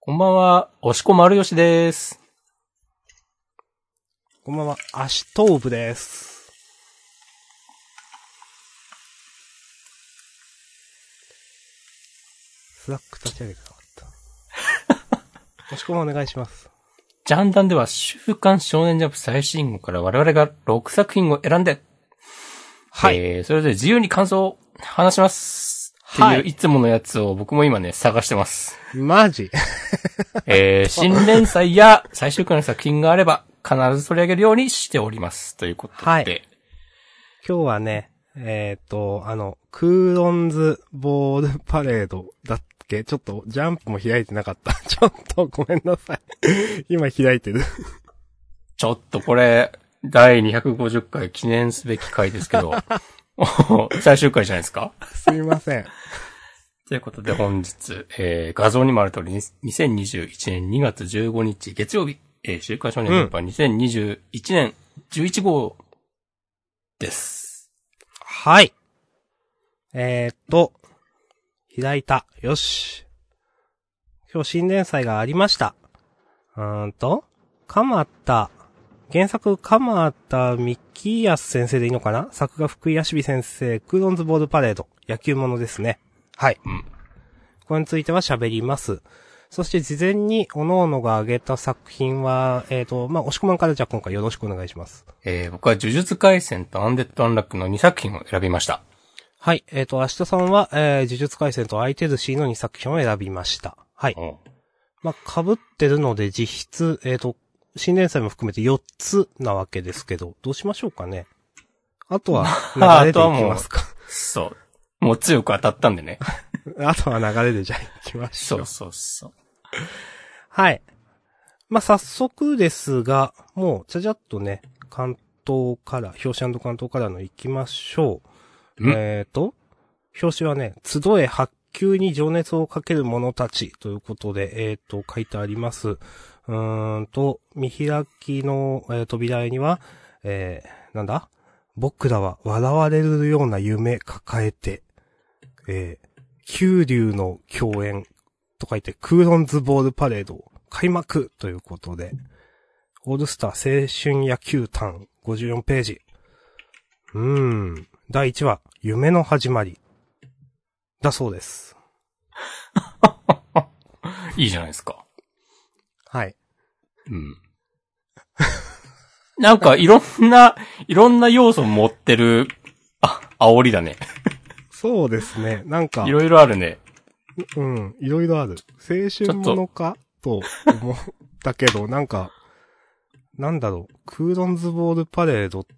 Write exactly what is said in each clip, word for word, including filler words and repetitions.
こんばんは、おしこ丸よしです。 こんばんは、足頭部です。スラック立ち上げてなかった。おしこもお願いします。 ジャンダンでは週刊少年ジャンプ最新号から我々がろくさく品を選んで、はい。えー、それぞれ自由に感想を話します。っていういつものやつを僕も今ね、探してます。 マジえー、新連載や最終回の作品があれば必ず取り上げるようにしております。ということで。はい。 今日はね、えっと、あの、クーロンズボールパレードだっけ？ちょっとジャンプも開いてなかった。ちょっとごめんなさい。今開いてる。 ちょっとこれ、だいにひゃくごじゅっかい記念すべき回ですけど。最終回じゃないですか？ すみません。 ということで本日、えー、画像にもある通りにせんにじゅういちねんにがつじゅうごにち月曜日、えー、週刊少年ジャンプはにせんにじゅういちねんじゅういちごうです。 はい。えー、っと、開いた。よし。今日新連載がありました。うーんと、鎌田、原作、鎌田幹康先生でいいのかな？作画福井康美先生、クーロンズボールパレード、野球ものですね。はい。うん。これについては喋ります。そして事前に、各々が挙げた作品は、えっと、まあ、押し込まんからじゃあ今回よろしくお願いします。 えー、僕は呪術廻戦とアンデッドアンラックのにさく品を選びました。 はい。えっと、明日さんは、えー、呪術廻戦とアイテルシーのにさく品を選びました。はい。まあ、被ってるので実質、えっと、新連載も含めてよっつなわけですけど、どうしましょうかね。あとは流れでいきますか。 そう。もう強く当たったんでね。 あとは流れでじゃあ行きましょう。 そうそうそう。 はい。まあ、早速ですが、もうちゃちゃっとね、関東から、表紙関東からの行きましょう。えっと、表紙はね、集え発球に情熱をかける者たちということで、えっと、書いてあります。うーんと、見開きの、えー、扉絵には、えー、なんだ？僕らは笑われるような夢抱えて、えー、九龍の共演と書いて、クーロンズボールパレード開幕ということで、オールスター青春野球団ごじゅうよんページ。うーん。だいいちわ、夢の始まり。だそうです。 いいじゃないですか。 はい。 うん。なんかいろんな、いろんな要素持ってる、あ、煽りだね。 そうですね。なんか。 いろいろあるね。 うん、いろいろある。青春ものかと思ったけど、なんか、なんだろう、クーロンズボールパレードって、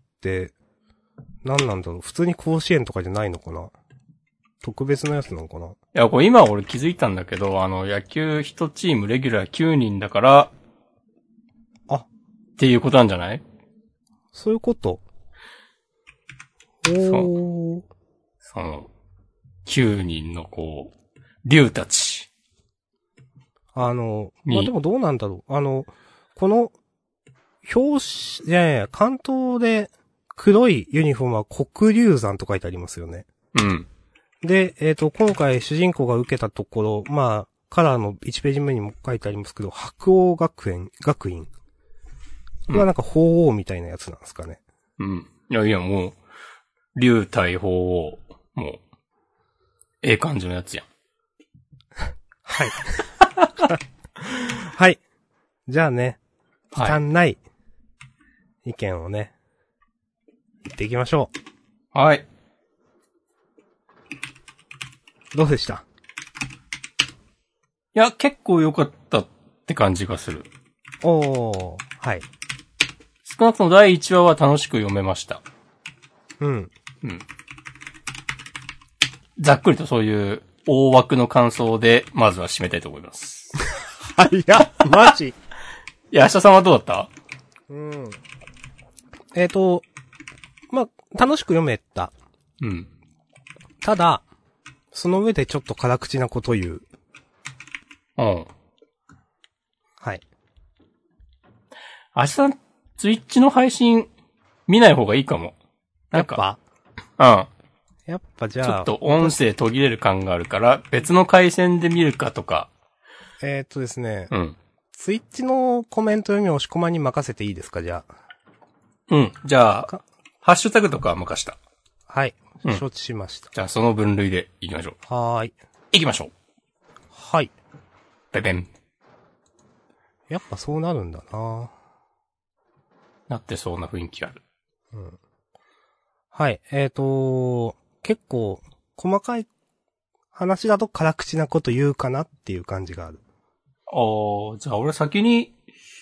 なんなんだろう、普通に甲子園とかじゃないのかな？特別なやつなのかな？いや、これ今俺気づいたんだけど、あの、野球いちチームレギュラーきゅうにんだから、 あ、 っていうことなんじゃない？ そういうこと。おー。 その、きゅうにんのこう、竜たち。 あの、まあ、でもどうなんだろう。あの、この、表紙、いやいや、関東で黒いユニフォームは黒竜山と書いてありますよね。 うん。 で、えっと、今回主人公が受けたところ、まあ、カラーのいちページ目にも書いてありますけど、白鴎学園、学院。これはなんか鳳凰みたいなやつなんですかね。 うん。いやいや、もう、竜対鳳凰、もう、ええ感じのやつやん。 はい。はい。じゃあね、忌憚ない意見をね、言っていきましょう。はい。 どうでした？ いや、結構良かったって感じがする。 おー、はい。 少なくともだいいちわは楽しく読めました。 うん。 うん。ざっくりとそういう大枠の感想で、まずは締めたいと思います。 はい、いや、マジ。 いや、明日さんはどうだった？ うん。えっと、まあ、楽しく読めた。 うん。 ただ、その上でちょっと辛口なこと言う。 うん。 はい。 明日さん、ツイッチの配信見ない方がいいかも。なんか。やっぱ？うん。 やっぱじゃあ。 ちょっと音声途切れる感があるから、別の回線で見るかとか、 えー、っとですね。 うん。 ツイッチのコメント読みを押し込まんに任せていいですか、じゃあ。 うん。じゃあ、ハッシュタグとかは任した。 はい。 うん承知しました。 じゃあ、その分類で行きましょう。 はーい。 行きましょう。 はい。 ベベン。 やっぱそうなるんだななってそうな雰囲気ある。 うん。はい。えーと、結構、細かい話だと辛口なこと言うかなっていう感じがある。 あー、じゃあ俺先に、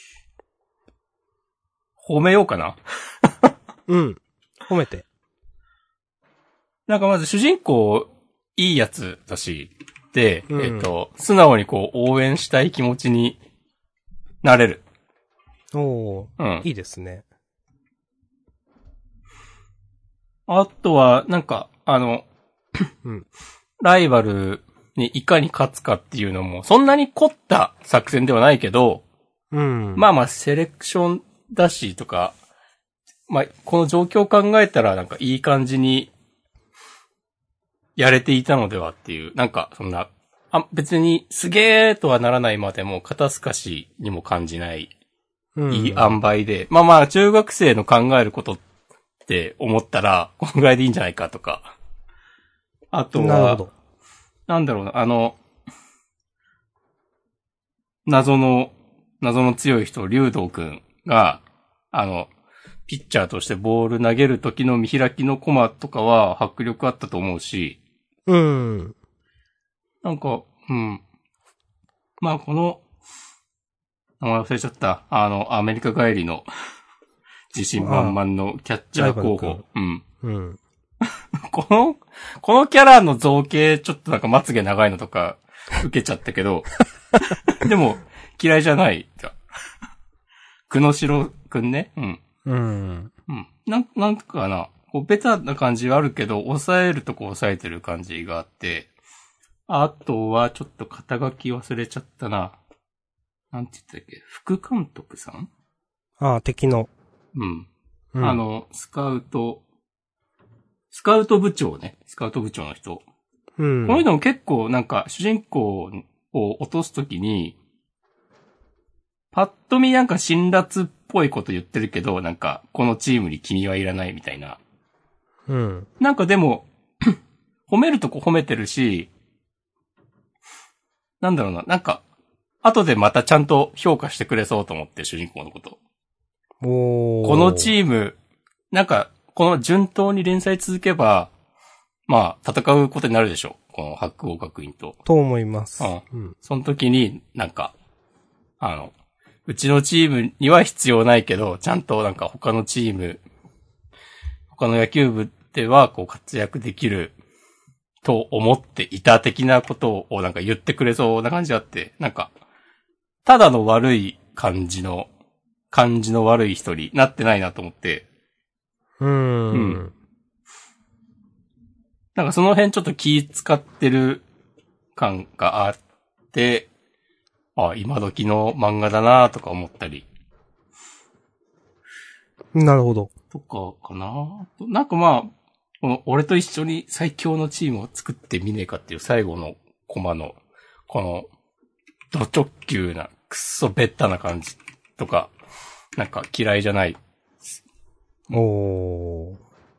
褒めようかな。 うん。褒めて。 なんかまず主人公、いいやつだし、で、 うんえっと、素直にこう応援したい気持ちになれる。 おー、 うん。 いいですね。 あとは、なんか、あの、 うん。 ライバルにいかに勝つかっていうのも、そんなに凝った作戦ではないけど、 うん。 まあまあ、セレクションだしとか、まあ、この状況を考えたら、なんかいい感じに、やれていたのではっていう、なんか、そんな、あ、別にすげーとはならないまでも、肩透かしにも感じない、 うん、 いい塩梅で、まあまあ、中学生の考えることって思ったら、このぐらいでいいんじゃないかとか。あとは、 なるほど。 なんだろうな、あの、謎の、謎の強い人、竜道くんが、あの、ピッチャーとしてボール投げる時の見開きのコマとかは迫力あったと思うし、 うん。 なんか、うん。まあ、この、名前忘れちゃった。あの、アメリカ帰りの自信満々のキャッチャー候補。うん。 うん。 この、このキャラの造形、ちょっとなんかまつげ長いのとか、受けちゃったけど、でも、嫌いじゃない。くのしろくんね。うん。 うん。 うん。なん、なんかな、こう、ベタな感じはあるけど、抑えるとこ抑えてる感じがあって、あとは、ちょっと肩書き忘れちゃったな。なんて言ったっけ、副監督さん？ ああ、敵の。 うん。 うん。 あの、スカウト、スカウト部長ね。スカウト部長の人。 うん。 この人も結構なんか、主人公を落とすときに、パッと見なんか辛辣っぽいこと言ってるけど、なんか、このチームに君はいらないみたいな。 うん。 なんかでも、褒めるとこ褒めてるし、なんだろうな、なんか、後でまたちゃんと評価してくれそうと思って、主人公のこと。 おー。 このチーム、なんか、この順当に連載続けば、まあ、戦うことになるでしょう。この白鴎学院と。 と思います。 うん。 うん。 その時に、なんか、あの、うちのチームには必要ないけど、ちゃんとなんか他のチーム、他の野球部ではこう活躍できると思っていた的なことをなんか言ってくれそうな感じがあって、なんか、ただの悪い感じの、感じの悪い人になってないなと思って。 うーん。 うん。なんかその辺ちょっと気使ってる感があって、あ、今時の漫画だなとか思ったり。 なるほど。 とかかな。なんかまあ、この俺と一緒に最強のチームを作ってみねえかっていう最後のコマの、この、ド直球な、くっそベッタな感じとか、なんか嫌いじゃない。 おー。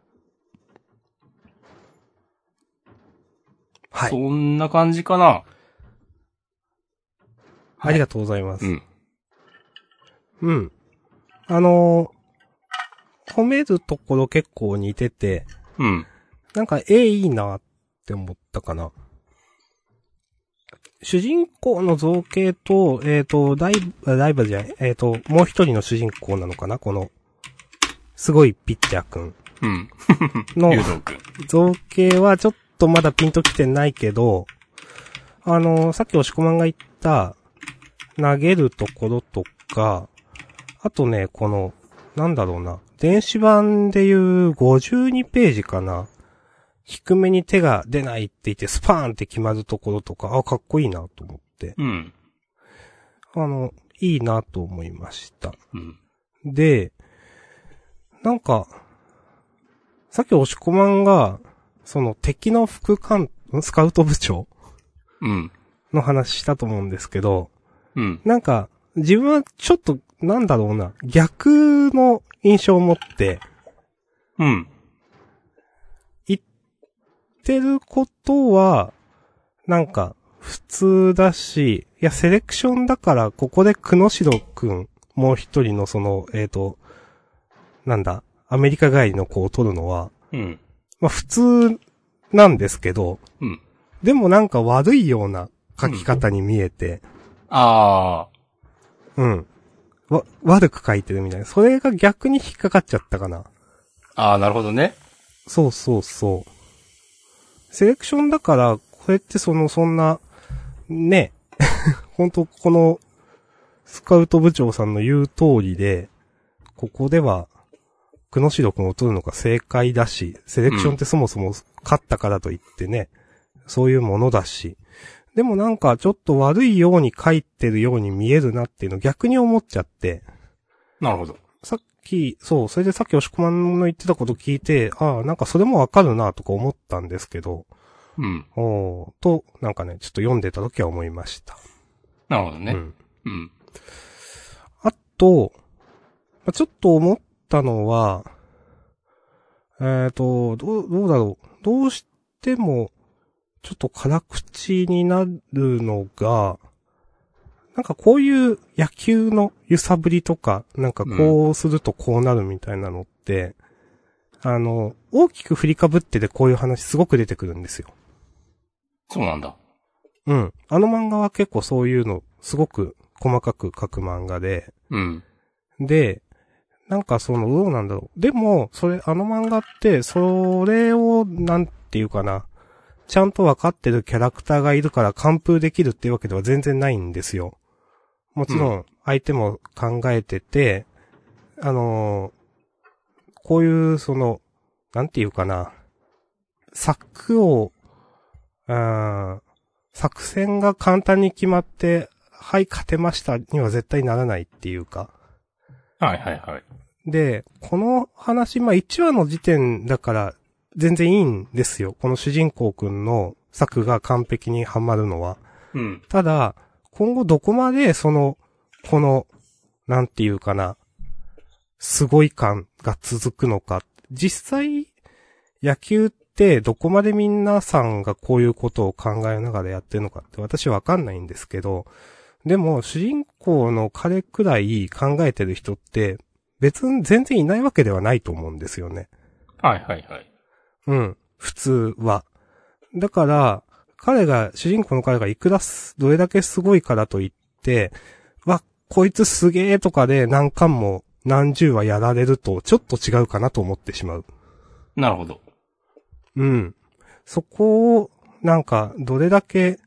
はい。 そんな感じかな。 ありがとうございます。 うん。 うん。あのー、褒めるところ結構似てて、 うん。 なんか絵いいなって思ったかな。主人公の造形と、えっ、ー、と、ライブ、ライバルじゃない、えっ、ー、と、もう一人の主人公なのかなこの、すごいピッチャーくん。 うん。 の、 くん造形はちょっとまだピンときてないけど、あのー、さっき押し込まんが言った、投げるところとか、あとね、この、なんだろうな、電子版でいうごじゅうにページかな。低めに手が出ないって言ってスパーンって決まるところとか、あ、かっこいいなと思って。 うん。 あの、いいなと思いました。 うん。 で、なんか、さっき押し込まんが、その敵の副官、スカウト部長うん。 の話したと思うんですけど、 うん。 なんか、自分はちょっと、なんだろうな、逆の印象を持って、 うん。 言ってることは、なんか、普通だし、いや、セレクションだから、ここで久野城くん、もう一人のその、えっと、なんだ、アメリカ帰りの子を取るのは、 うん。 まあ普通なんですけど、 うん。 でもなんか悪いような書き方に見えて、 ああ。 うん。わ、悪く書いてるみたいな。それが逆に引っかかっちゃったかな。 ああ、なるほどね。 そうそうそう。セレクションだから、これってその、そんな、ね、本当この、スカウト部長さんの言う通りで、ここでは、久野城くんを取るのが正解だし、セレクションってそもそも勝ったからといってね、うん、そういうものだし、でもなんかちょっと悪いように書いてるように見えるなっていうのを逆に思っちゃって。 なるほど。 さっき、そう、それでさっき押し込まんの言ってたこと聞いて、ああ、なんかそれもわかるなとか思ったんですけど、 うん。 おーと、なんかね、ちょっと読んでた時は思いました。 なるほどね。 うん。 うん。 あと、ちょっと思ったのは、えっと、どう、どうだろう。どうしても、ちょっと辛口になるのが、なんかこういう野球の揺さぶりとか、なんかこうするとこうなるみたいなのって、うん、あの、大きく振りかぶってでこういう話すごく出てくるんですよ。 そうなんだ。 うん。あの漫画は結構そういうのすごく細かく書く漫画で、 うん。 で、なんかその、どうなんだろう。でも、それ、あの漫画って、それを、なんていうかな。ちゃんと分かってるキャラクターがいるから完封できるっていうわけでは全然ないんですよ。もちろん、相手も考えてて、うん、あのー、こういう、その、なんていうかな。策を、あ作戦が簡単に決まって、はい、勝てましたには絶対ならないっていうか。 はいはいはい。 で、この話、まあ、いちわの時点だから全然いいんですよ。この主人公くんの策が完璧にはまるのは。 うん。 ただ、今後どこまでその、この、なんていうかな、すごい感が続くのか。実際、野球ってどこまで皆さんがこういうことを考えながらやってるのかって私わかんないんですけど、でも主人公の彼くらい考えてる人って別に全然いないわけではないと思うんですよね。 はいはいはい。 うん。普通は。だから、彼が、主人公の彼がいくらす、どれだけすごいからといって、わ、こいつすげーとかで何巻も何十話やられるとちょっと違うかなと思ってしまう。 なるほど。 うん。そこを、なんか、どれだけ、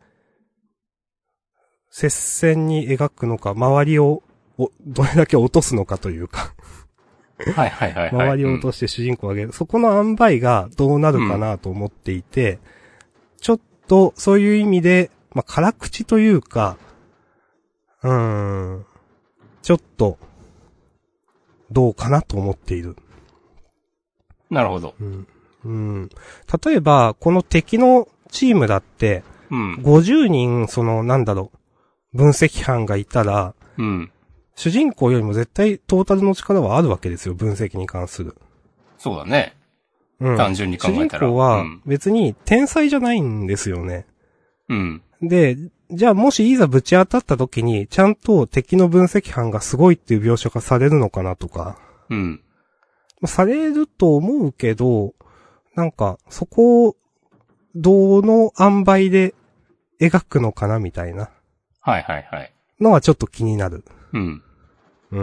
接戦に描くのか、周りを、どれだけ落とすのかというか。 はいはいはい、はい。 周りを落として主人公を上げる。うん、そこの塩梅がどうなるかなと思っていて、うん、ちょっと、そういう意味で、まあ、辛口というか、うーん、ちょっと、どうかなと思っている。 なるほど。 うんうん、例えば、この敵のチームだって、 うん、 ごじゅうにん、その、なんだろう、分析班がいたら、 うん、 主人公よりも絶対トータルの力はあるわけですよ、分析に関する。 そうだね。 うん。 単純に考えたら。 主人公は別に天才じゃないんですよね。 うん。 で、じゃあもしいざぶち当たった時に、ちゃんと敵の分析班がすごいっていう描写がされるのかなとか。 うん。 されると思うけど、なんか、そこを、どの塩梅で描くのかなみたいな。 はいはいはい。 のはちょっと気になる。 うん。 うん。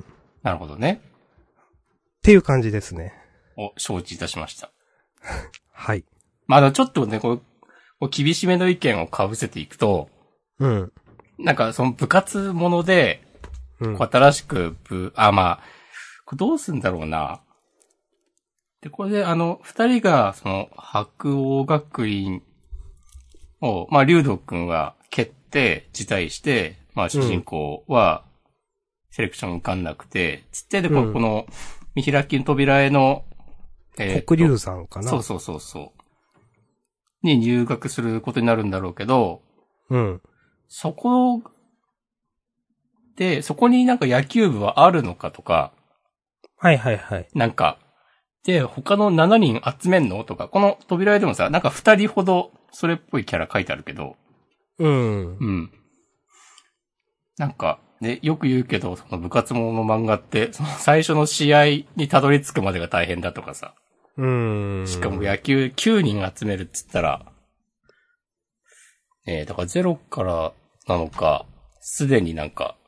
なるほどね。 っていう感じですね。 お、承知いたしました。 はい。 まあ、ちょっとね、こう、こう厳しめの意見を被せていくと、 うん。 なんか、その部活もので、 うん、 こう新しく部、あ、まあ、これどうすんだろうな。で、これで、あの、二人が、その、白鴎学院を、まあ、竜斗くんは蹴って辞退して、まあ、主人公は、セレクション受かんなくて、つって、で、この、この見開きの扉への、 えー、黒龍さんかな。 そうそうそうそう。に入学することになるんだろうけど、 うん。 そこで、そこになんか野球部はあるのかとか、 はいはいはい。 なんか、で、他のしちにん集めんのとか、この扉絵でもさ、なんかふたりほどそれっぽいキャラ書いてあるけど、 うん。 うん。なんか、ね、よく言うけど、その部活ものの漫画って、その最初の試合にたどり着くまでが大変だとかさ。 うん。 しかも野球きゅうにん集めるっつったら、えー、だからゼロからなのか、すでになんか、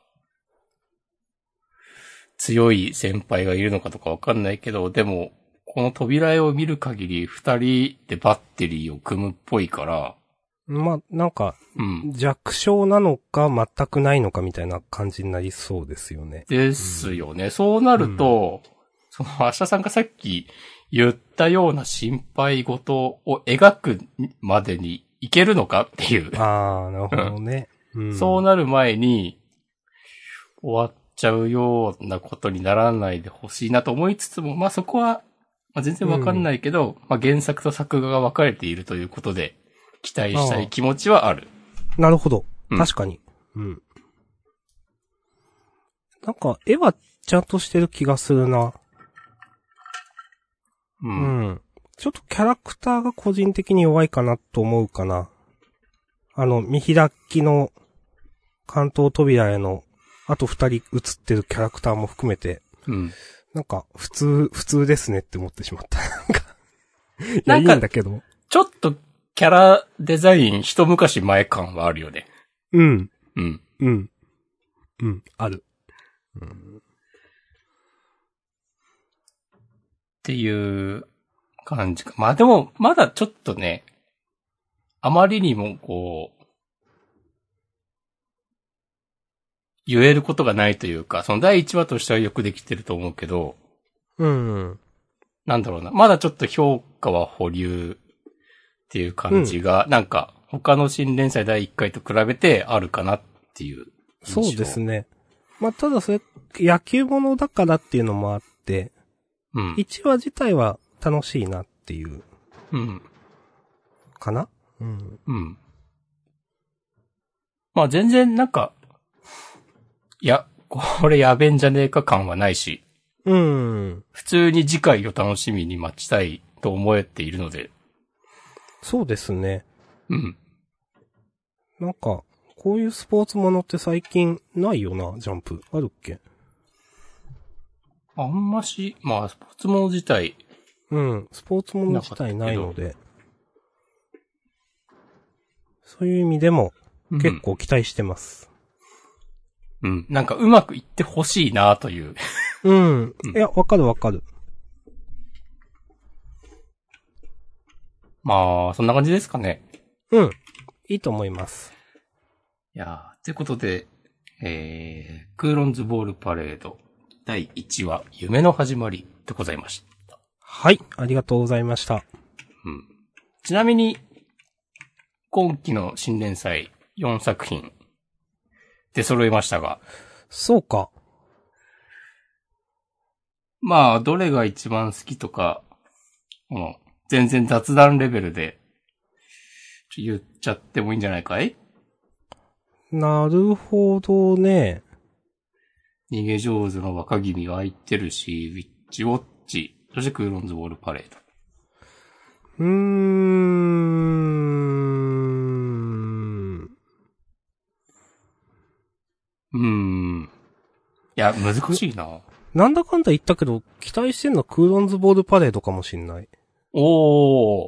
強い先輩がいるのかとかわかんないけど、でも、この扉絵を見る限り二人でバッテリーを組むっぽいから、 まあ、なんか、 うん。 弱小なのか全くないのかみたいな感じになりそうですよね。 ですよね。うん、そうなると、うん、その、明日さんがさっき言ったような心配事を描くまでにいけるのかっていう。 ああ、なるほどね、 うん。そうなる前に、終わっちゃうようなことにならないでほしいなと思いつつも、まあそこは、まあ、全然わかんないけど、うん、まあ原作と作画が分かれているということで、期待したい気持ちはある。 あなるほど。確かに。うん。なんか、絵はちゃんとしてる気がするな。うん。うん。ちょっとキャラクターが個人的に弱いかなと思うかな。あの、見開きの関東扉への、あと二人映ってるキャラクターも含めて、 うん。 なんか、普通、普通ですねって思ってしまった。なんか、いや、いいんだけど。 ちょっと、キャラデザイン一昔前感はあるよね。 うん。 うん。 うん。うん、ある。うん、 っていう感じか。まあでも、まだちょっとね、あまりにもこう、言えることがないというか、そのだいいちわとしてはよくできてると思うけど、 うん。 なんだろうな。まだちょっと評価は保留っていう感じが、うん、なんか他の新連載だいいっかいと比べてあるかなっていう。 そうですね。まあ、ただそれ、野球ものだからっていうのもあって、 うん。 いちわ自体は楽しいなっていう。 うん。 かな？うん。 うん。まあ全然なんか、いや、これやべんじゃねえか感はないし。 うん。 普通に次回を楽しみに待ちたいと思えているので。 そうですね。 うん。 なんか、こういうスポーツものって最近ないよな、ジャンプ。あるっけ？ あんまし、まあ、スポーツもの自体。 うん、スポーツもの自体ないので。そういう意味でも、結構期待してます。 うん。うん、なんかうまくいってほしいなという。 うん。いや、わかるわかる。 まあ、そんな感じですかね。 うん。いいと思います。 いやー、ということで、えー、クーロンズボールパレードだいいちわ、夢の始まりでございました。 はい、ありがとうございました。 うん。ちなみに、今期の新連載よんさく品出揃いましたが。 そうか。 まあ、どれが一番好きとか、うん、全然雑談レベルで言っちゃってもいいんじゃないかい？ なるほどね。 逃げ上手の若君が空いてるし、ウィッチウォッチ、そしてクーロンズボールパレード。 うーん。 うーん。いや、難しいな。 なんだかんだ言ったけど、期待してんのクーロンズボールパレードかもしんない。 おー。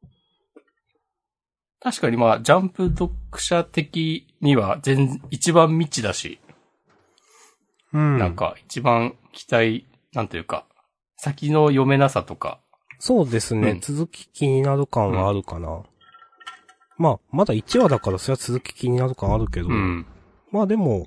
確かにまあ、ジャンプ読者的には全、一番未知だし。 うん。 なんか、一番期待、なんというか、先の読めなさとか。 そうですね。うん、続き気になる感はあるかな。うん、まあ、まだいちわだからそれは続き気になる感あるけど。 うん、 まあでも、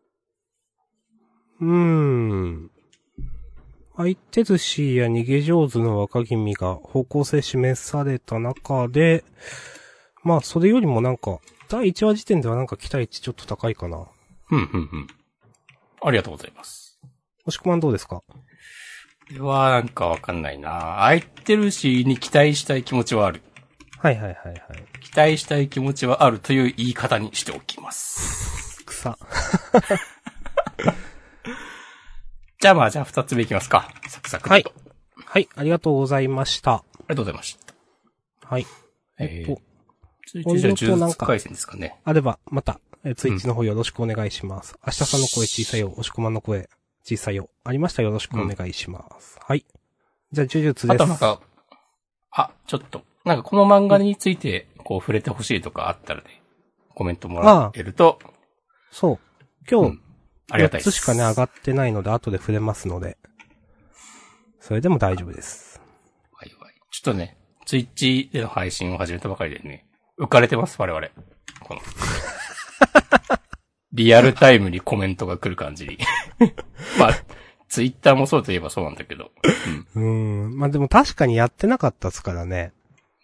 うーん。相手寿司や逃げ上手の若君が方向性示された中で、まあそれよりもなんか、だいいちわ時点ではなんか期待値ちょっと高いかな。 うん、うん、うん。ありがとうございます。 もしくまんどうですか？ これはなんかわかんないな。相手寿司に期待したい気持ちはある。 はいはいはいはい。 期待したい気持ちはあるという言い方にしておきます。 草。 じゃあまあ、じゃあ二つ目いきますか。サクサクと。 はい。はい、ありがとうございました。 ありがとうございました。 はい。 えー、 えっと、 続いてじゃあ呪術回戦ですかね。 あれば、また、えツイッチの方よろしくお願いします。うん、明日さんの声小さいよ、押し込まんの声小さいよ。ありましたらよろしくお願いします。うん、はい。じゃあ呪術です。 あとなんか、あ、ちょっと、なんかこの漫画について、こう触れてほしいとかあったらね、コメントもらえると。 ああそう。今日、うん、 ありがたいです。 よっつしかね、上がってないので、後で触れますので。それでも大丈夫です。 はいはい。ちょっとね、ツイッチでの配信を始めたばかりでね、浮かれてます、我々。この。リアルタイムにコメントが来る感じに。まあ、ツイッターもそうといえばそうなんだけど。 うん。うーん。まあでも確かにやってなかったですからね。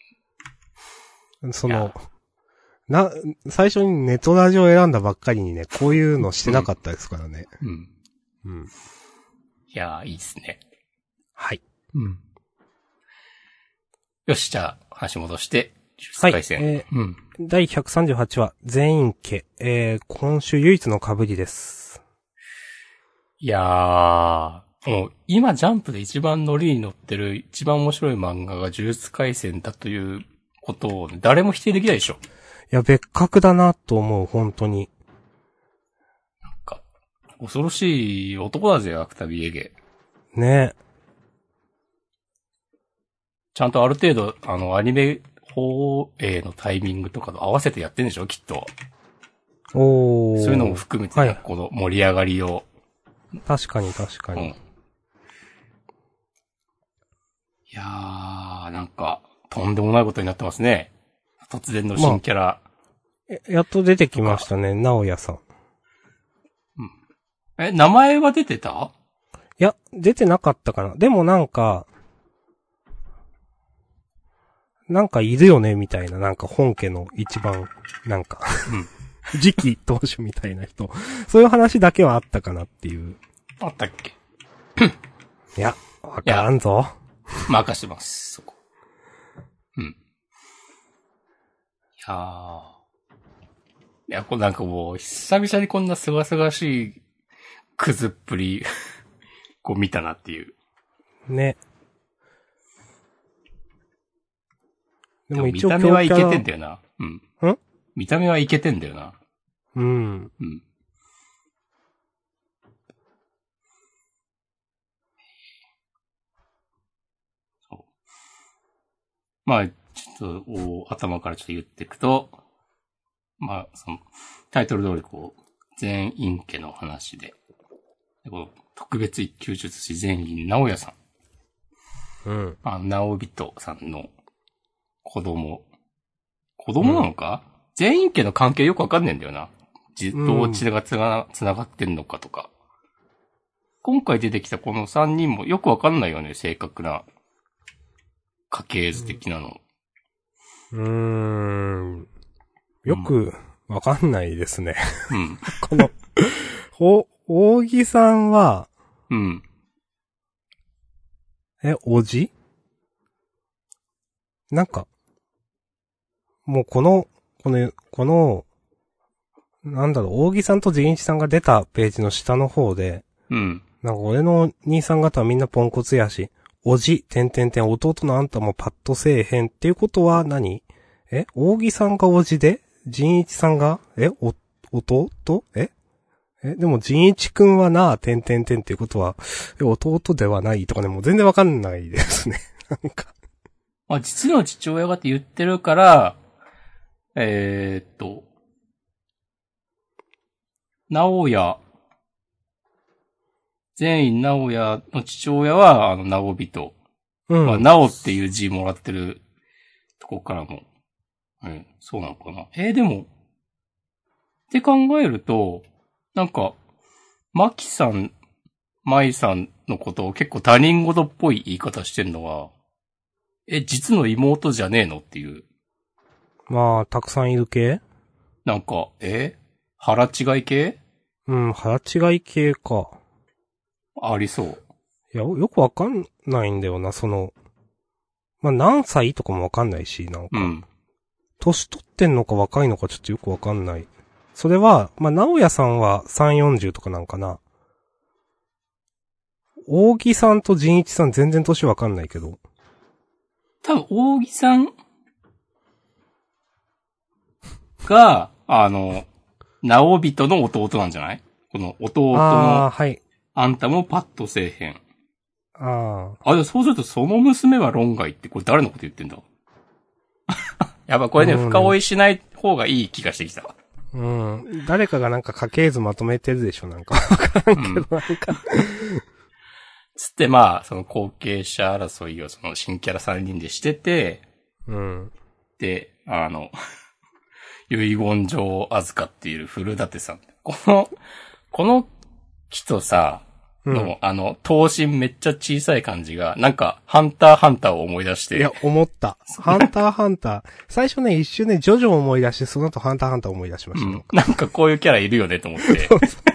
その、な、最初にネトラジオを選んだばっかりにね、こういうのしてなかったですからね。 うん。 うん。 いやー、いいっすね。 はい。 うん。よし、じゃあ、話戻して、呪術廻戦。 はい。えー、 うん。 だいひゃくさんじゅうはちわ、全員家。えー、今週唯一の被りです。 いやー、もう、今ジャンプで一番ノリに乗ってる、一番面白い漫画が呪術廻戦だということを、誰も否定できないでしょ。 いや、別格だなと思う、本当に。 なんか、恐ろしい男だぜ、芥見エゲ。 ねえ。 ちゃんとある程度、あの、アニメ放映のタイミングとかと合わせてやってんでしょ、きっと。 おー。 そういうのも含めて、はい、この盛り上がりを。 確かに確かに。うん、いやー、なんか、とんでもないことになってますね。突然の新キャラ。 まあ、やっと出てきましたね、直哉さん。 うん。え、名前は出てた？ いや、出てなかったかな。でもなんか、なんかいるよね、みたいな、なんか本家の一番、なんか、うん、次期当主みたいな人。そういう話だけはあったかなっていう。 あったっけ？ いや、わからんぞ。 任せます、そこ。うん。いやー。いや、これなんかもう、久々にこんなすがすがしい、くずっぷり、こう見たなっていう。 ね。 でも一応見た目はいけてんだよな。うん。 ん？ 見た目はいけてんだよな。 うん。 うん。そう。まあ、ちょっと、お頭からちょっと言っていくと、まあ、その、タイトル通りこう、全員家の話で、でこの特別一級術師全員直哉さん。うん。 あ、直人さんの子供。子供なのか、うん、全員家の関係よくわかんねえんだよな。どう血がつが、つながってんのかとか。今回出てきたこの三人もよくわかんないよね、正確な家系図的なの。 うーん。よくわかんないですね。 うん。 この、ほ、扇さんは、 うん。 え、おじ？なんか、もうこの、この、この、なんだろう、扇さんと仁一さんが出たページの下の方で、 うん。 なんか俺の兄さん方はみんなポンコツやし、おじ、てんてんてん、弟のあんたもパッとせえへんっていうことは何？え、扇さんがおじで仁一さんが、え、お、弟？ええ、でも仁一くんはな、てんてんてんっていうことは、え、弟ではないとかね、もう全然わかんないですね。なんか。 まあ、実の父親がって言ってるから、えー、っと、直哉、全員直哉の父親は、あの、直人。 うん。 まあ、直っていう字もらってるとこからも。うん、そうなのかな。えー、でも、って考えると、なんか、マキさん、マイさんのことを結構他人事っぽい言い方してるのは、え、実の妹じゃねえのっていう。 まあ、たくさんいる系？ なんか、え腹違い系？ うん、腹違い系か。 ありそう。 いや、よくわかんないんだよな、その、 まあ何歳とかもわかんないし、なんか。 うん。 年取ってんのか若いのかちょっとよくわかんない。それは、まあ、直哉さんはさんじゅう、よんじゅうとかなんかな。大木さんと仁一さん全然年わかんないけど。 多分、大木さんが、あの、直人の弟なんじゃない？この弟ああ、 の、 はい。 あんたもパッとせえへん。 ああ。 あ、でもそうするとその娘は論外ってこれ誰のこと言ってんだ？やっぱこれね、 うん深追いしない方がいい気がしてきた。 うん。誰かがなんか家系図まとめてるでしょ、なんか。わからんけど、なんか。 つってまあ、その後継者争いをその新キャラさんにんでしてて、 うん。 で、 あの、遺言状を預かっている古舘さん。この、この人さ、の、うん、あの、頭身めっちゃ小さい感じが、なんか、ハンターハンターを思い出して。 いや、思った。ハンターハンター。最初ね、一瞬ね、ジョジョを思い出して、その後ハンターハンターを思い出しました。 うん、なんかこういうキャラいるよねと思って。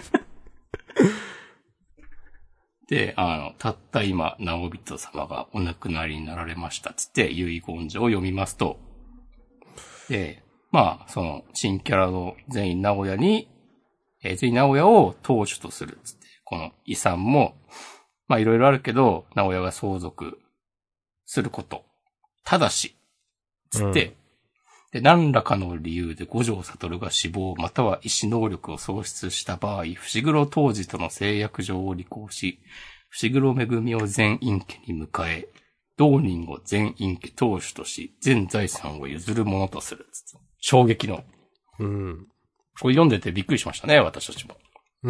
で、あの、たった今、直人様がお亡くなりになられましたつって、遺言状を読みますと。で、まあ、その、新キャラの全員直哉に、えー、全員直哉を当主とするつって。この遺産も、まあいろいろあるけど、直哉が相続すること。ただし、つって、うん、で、何らかの理由で五条悟が死亡または意思能力を喪失した場合、伏黒当時との誓約状を履行し、伏黒めぐみを全員家に迎え、同人を全員家当主とし、全財産を譲るものとする。つって衝撃の。 うん。 これ読んでてびっくりしましたね、私たちも。 うん。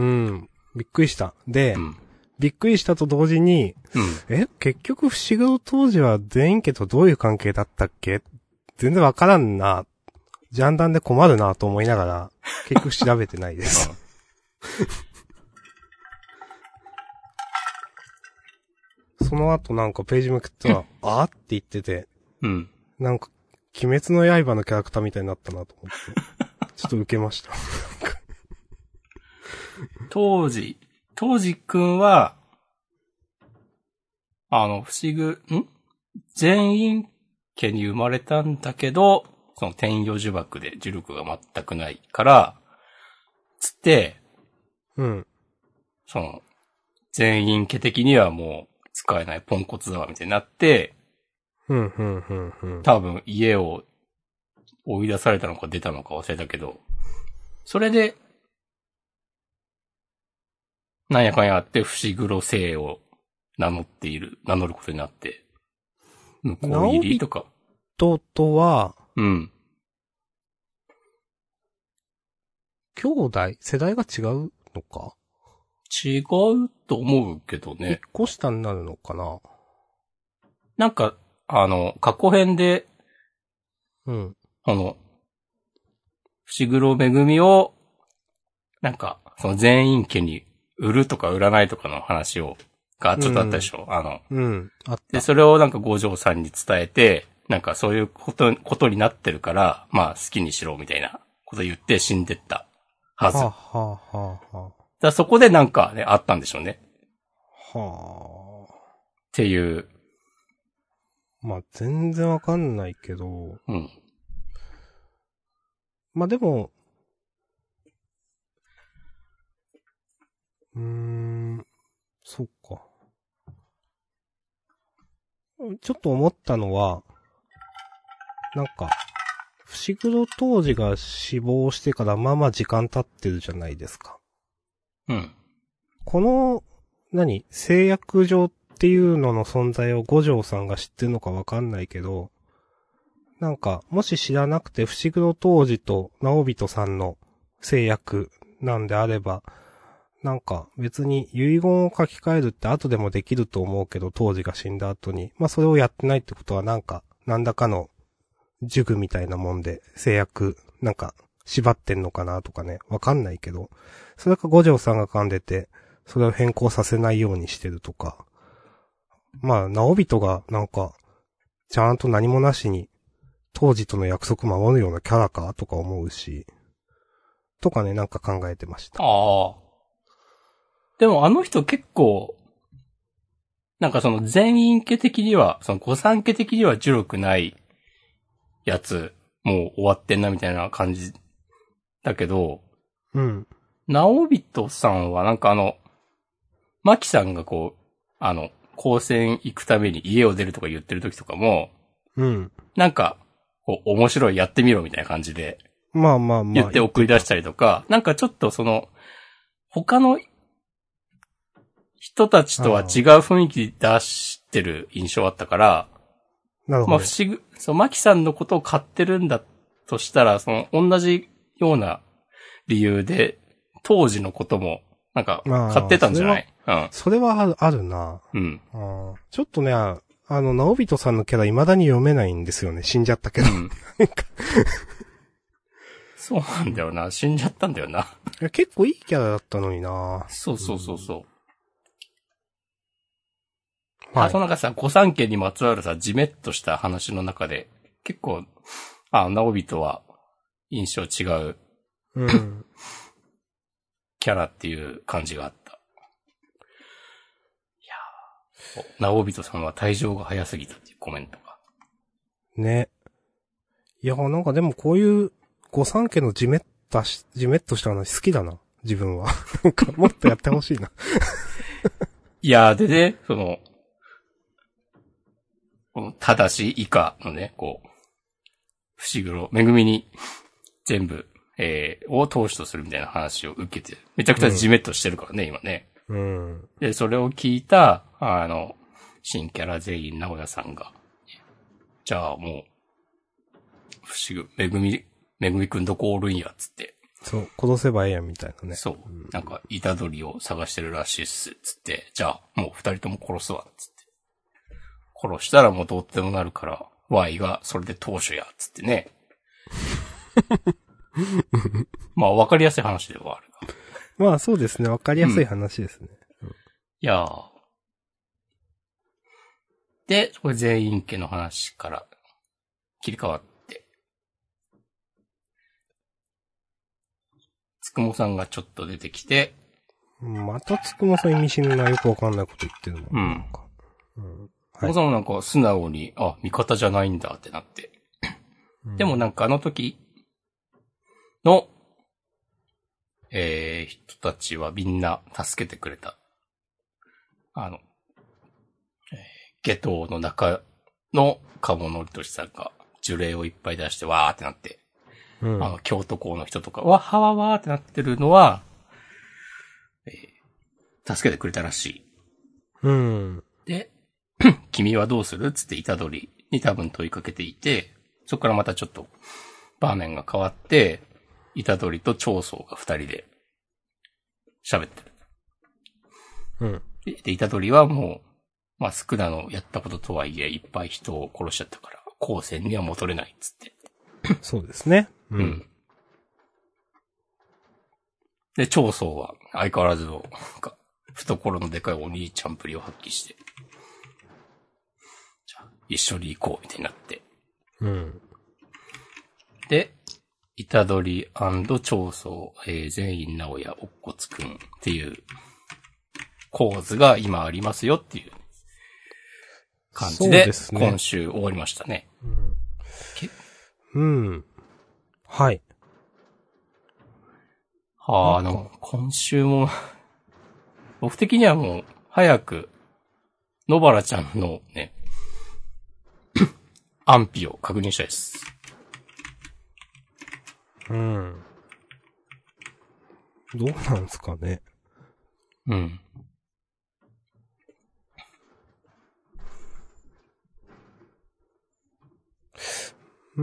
びっくりした。で、 うん、びっくりしたと同時に、うん、え、結局伏黒当時は全員家とどういう関係だったっけ？全然わからんな。ジャンダンで困るなと思いながら、結局調べてないです。その後なんかページめくったら、あって言ってて、 うん。 なんか、鬼滅の刃のキャラクターみたいになったなと思って、ちょっと受けました。 当時、当時くんは、あの、不思議、ん全員家に生まれたんだけど、その天与呪縛で呪力が全くないから、つって、 うん。 その、全員家的にはもう使えないポンコツだわみたいになって、 うん、うん、うん、うん。 多分家を追い出されたのか出たのか忘れたけど、それで、なんやかんやあって、伏黒姓を名乗っている、名乗ることになって、向こう入りとか。 ととは、 うん。 兄弟世代が違うのか？ 違うと思うけどね。 一個下になるのかな？ なんか、あの、過去編で、 うん。 あの、伏黒めぐみを、なんか、その全員家に売るとか売らないとかの話を、がちょっとあったでしょ、うん、あの。 うん。あった。 で、それをなんか五条さんに伝えて、なんかそういうこと、ことになってるから、まあ好きにしろみたいなこと言って死んでったはず。 はあ、はあはあはあ、 だそこでなんかね、あったんでしょうね。 はあ。 っていう。 まあ全然わかんないけど。 うん。 まあでも、うーん、そっか。ちょっと思ったのは、なんか、伏黒当時が死亡してからまあまあ時間経ってるじゃないですか。 うん。 この、何誓約状っていうのの存在を五条さんが知ってるのかわかんないけど、なんか、もし知らなくて伏黒当時と直人さんの誓約なんであれば、なんか別に遺言を書き換えるって後でもできると思うけど、当時が死んだ後に。まあそれをやってないってことはなんか、なんだかの塾みたいなもんで制約、なんか縛ってんのかなとかね、わかんないけど、それか五条さんが噛んでて、それを変更させないようにしてるとか。まあ、直人がなんか、ちゃんと何もなしに、当時との約束守るようなキャラかとか思うし、とかね、なんか考えてました。 ああ。でもあの人結構、 なんかその全員家的には、その御三家的には呪力ないやつ、もう終わってんなみたいな感じだけど、 うん。 直人さんはなんかあの、マキさんがこう、あの、高専行くために家を出るとか言ってる時とかも、 うん。 なんか、こう、面白いやってみろみたいな感じで、 まあまあまあ。 言って送り出したりとか、なんかちょっとその、他の人たちとは違う雰囲気出してる印象あったから、 なるほど。 まあ不思議、そう、マキさんのことを買ってるんだとしたら、その、同じような理由で、当時のことも、なんか、買ってたんじゃない？うん。 それはある、あるな。 うん。 あちょっとね、あの、直人さんのキャラ未だに読めないんですよね。死んじゃったけど。うん、 そうなんだよな。死んじゃったんだよな。いや結構いいキャラだったのにな。 そうそうそうそう。 うん、 はい。あ、そのなんかさ、御三家にまつわるさ、じめっとした話の中で、結構、あ、直人は印象違う。 うん。 キャラっていう感じがあった。いやー、直人さんは退場が早すぎたっていうコメントが。 ね。いや、なんかでもこういう御三家のじめったし、じめっとした話好きだな。自分は。なんかもっとやってほしいな。 いやー、でね、その、この、ただし以下のね、こう、伏黒、めぐみに全部、えー、を投資とするみたいな話を受けて、めちゃくちゃジメッとしてるからね、うん、今ね。 うん。 で、それを聞いた、あの、新キャラ全員、直哉さんが、じゃあもう、不思議、めぐみ、めぐみくんどこおるんや、つって。 そう、殺せばええやんみたいなね。 そう。うん、なんか、虎杖を探してるらしいっす、つって。じゃあ、もう二人とも殺すわ、つって。殺したらもうどうってもなるから、Y がそれで当主や、つってね。まあ、わかりやすい話ではあるが。 まあ、そうですね。わかりやすい話ですね。 うん、いやー。で、これ全員家の話から切り替わって。つくもさんがちょっと出てきて。 またつくもさん意味深なよくわかんないこと言ってるの。 うん。うん。つくもさんもなんか素直に、あ、味方じゃないんだってなって。うん、でもなんかあの時、の、えー、人たちはみんな助けてくれた。あの、えー、下等の中の鴨のりとしさんが呪霊をいっぱい出してわーってなって、うん、あの、京都校の人とか、わはわわーってなってるのは、えー、助けてくれたらしい。 うん。 で、君はどうするつって虎杖に多分問いかけていて、そこからまたちょっと場面が変わって、虎杖と長宗が二人で喋ってる。 うん。 で、虎杖はもう、まあ、少なのやったこととはいえ、いっぱい人を殺しちゃったから、後世には戻れないっつって。 そうですね。 うん。うん、で、長宗は相変わらずの、なんか、懐のでかいお兄ちゃんぷりを発揮して、じゃあ、一緒に行こうみたいになって。 うん。 で、虎杖&長宗、えー、全員直哉、おっこつくんっていう構図が今ありますよっていう感じで、ね、今週終わりましたね。 うん。うん。はい。 はあ、あの、今週も、僕的にはもう、早く、野原ちゃんのね、安否を確認したいです。 うん。どうなんですかね。 うん。 うん。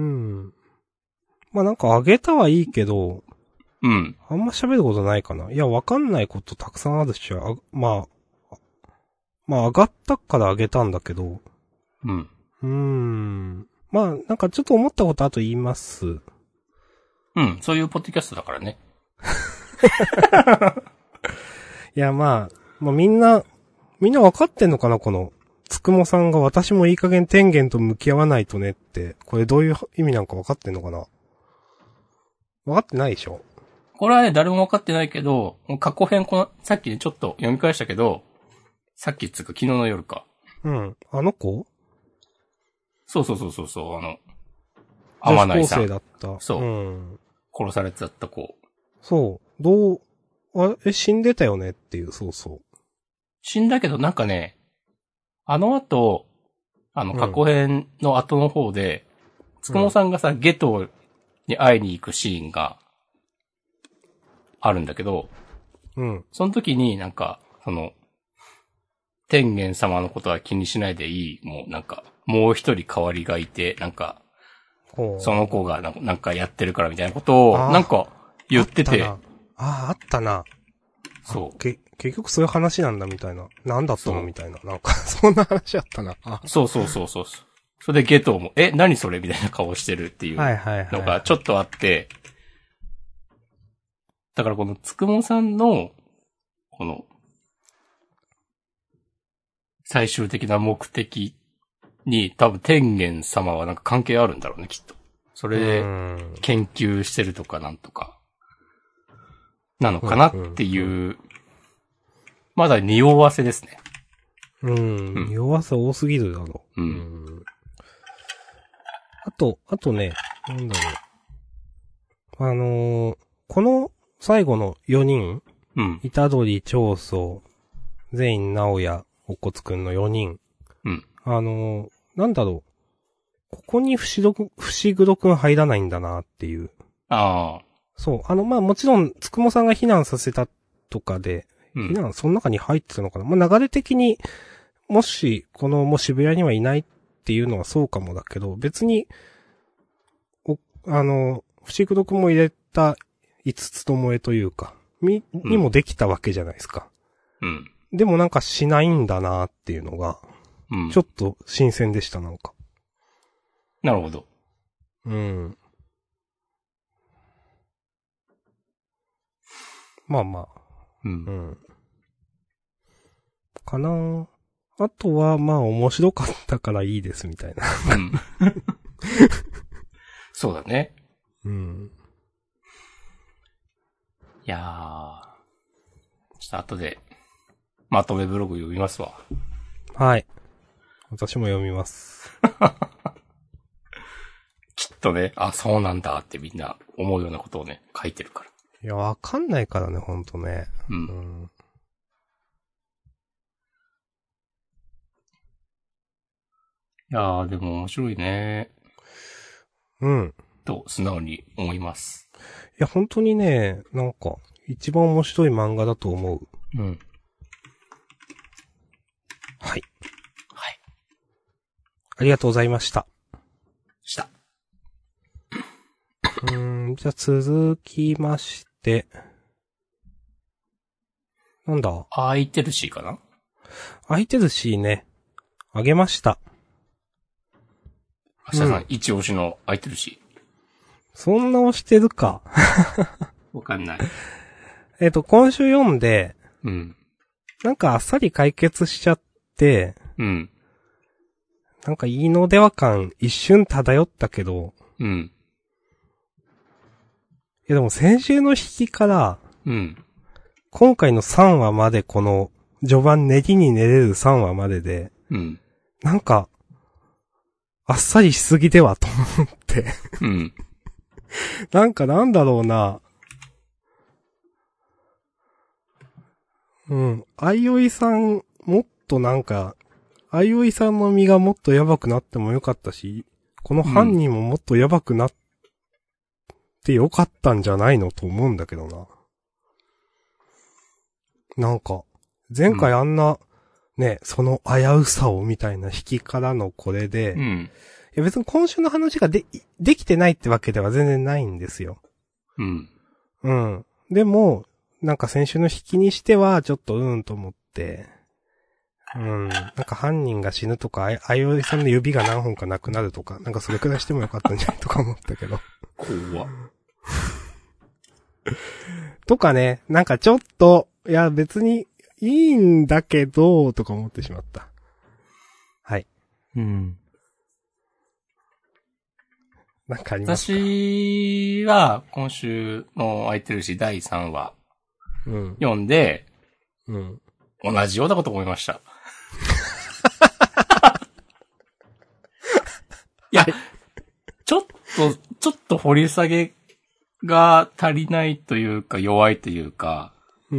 まあなんかあげたはいいけど、 うん。 あんま喋ることないかな。いや、わかんないことたくさんあるし、あまあ、まあ上がったからあげたんだけど。 うん。 うーん。まあなんかちょっと思ったことあと言います。 うん、そういうポッドキャストだからね。 いや、まあ、まあみんな、みんなわかってんのかなこの、つくもさんが私もいい加減天元と向き合わないとねって、これどういう意味なんかわかってんのかなわかってないでしょこれはね、誰もわかってないけど、過去編この、さっきね、ちょっと読み返したけど、さっきつく昨日の夜か、 うん。あの子そうそうそうそうそう、あの、天内さん。 女子高生だった。 そう。 うん。 殺されちゃった子。 そう。どう、あえ、死んでたよねっていう、そうそう。 死んだけどなんかね、あの後、あの、過去編の後の方で、つくもさんがさ、ゲトに会いに行くシーンがあるんだけど、 うん。 その時になんか、その、天元様のことは気にしないでいい、もうなんか、もう一人代わりがいて、なんか、その子がなんかやってるからみたいなことを、なんか言ってて。 ああ、あったな。 そう。 け、結局そういう話なんだみたいな。なんだったのみたいな。なんか、そんな話あったな。 そうそうそうそう。それでゲトも、え、何それみたいな顔してるっていうはいはいはい。 のがちょっとあって、だからこのつくもさんの、この、最終的な目的に多分天元様はなんか関係あるんだろうね、きっと。それで研究してるとかなんとか、なのかなっていう、うんうんうん、まだ匂わせですね。 うん、うん、匂わせ多すぎるだろう。 うん。うん、 あと、あとね、なんだろう。あのー、この最後のよにん、 うん。 虎杖長宗、全員直哉、おっこつくんのよにん。 うん。 あのー、なんだろう。ここに伏黒、伏黒くん入らないんだなっていう。 ああ。 そう。あの、まあ、もちろん、つくもさんが避難させたとかで、 うん、 避難、その中に入ってたのかな。まあ、流れ的に、もし、この、もう渋谷にはいないっていうのはそうかもだけど、別に、お、あの、伏黒くんも入れた五つともえというか、み、にもできたわけじゃないですか。 うん。 でもなんかしないんだなっていうのが、 うん、 ちょっと新鮮でした、なんか。 なるほど。 うん。まあまあ。 うん。 うん。かなあとは、まあ面白かったからいいですみたいな。 うん。そうだね。 うん。 いやー。ちょっと後で、まとめブログ読みますわ。 はい。私も読みます。 きっとね、あ、そうなんだってみんな思うようなことをね、書いてるから。 いや、わかんないからね、ほんとね。 うん。うん、いやー、でも面白いね。 うん。 と、素直に思います。 いや、本当にね、なんか、一番面白い漫画だと思う。 うん。 はい。 はい。 ありがとうございました。 した。 うーん、じゃあ続きまして。なんだ空いてるしかな空いてるしね。あげました。 明日さん、うん、一押しの空いてるし。 そんな押してるか。 わかんない。 えっと、今週読んで、 うん。 なんかあっさり解決しちゃって、 うん。 なんかいいのでは感一瞬漂ったけど、 うん。 いやでも先週の引きから、 うん。 今回のさんわまでこの、序盤練りに練れるさんわまでで、 うん。 なんか、あっさりしすぎではと思って。 うん。 なんかなんだろうな。うん。あいおいさん、もっとなんか、あいおいさんの身がもっとやばくなってもよかったし、この犯人ももっとやばくなってよかったんじゃないのと思うんだけどな。なんか、前回あんな、うん、ね、その危うさをみたいな引きからのこれで、 うん、 いや別に今週の話がで、できてないってわけでは全然ないんですよ。 うん。 うん。でも、なんか先週の引きにしては、ちょっとうーんと思って、うん。なんか犯人が死ぬとか、あい、あいおいさんの指が何本かなくなるとか、なんかそれくらいしてもよかったんじゃないとか思ったけど。 怖っ。 とかね、なんかちょっと、いや別にいいんだけど、とか思ってしまった。はい。 うん。 なんかありますか？ 私は、今週の空いてるし、だいさんわ、 うん、 読んで、 うん。 同じようなこと思いました。 や、ちょっと、ちょっと掘り下げが足りないというか弱いというか、 うん。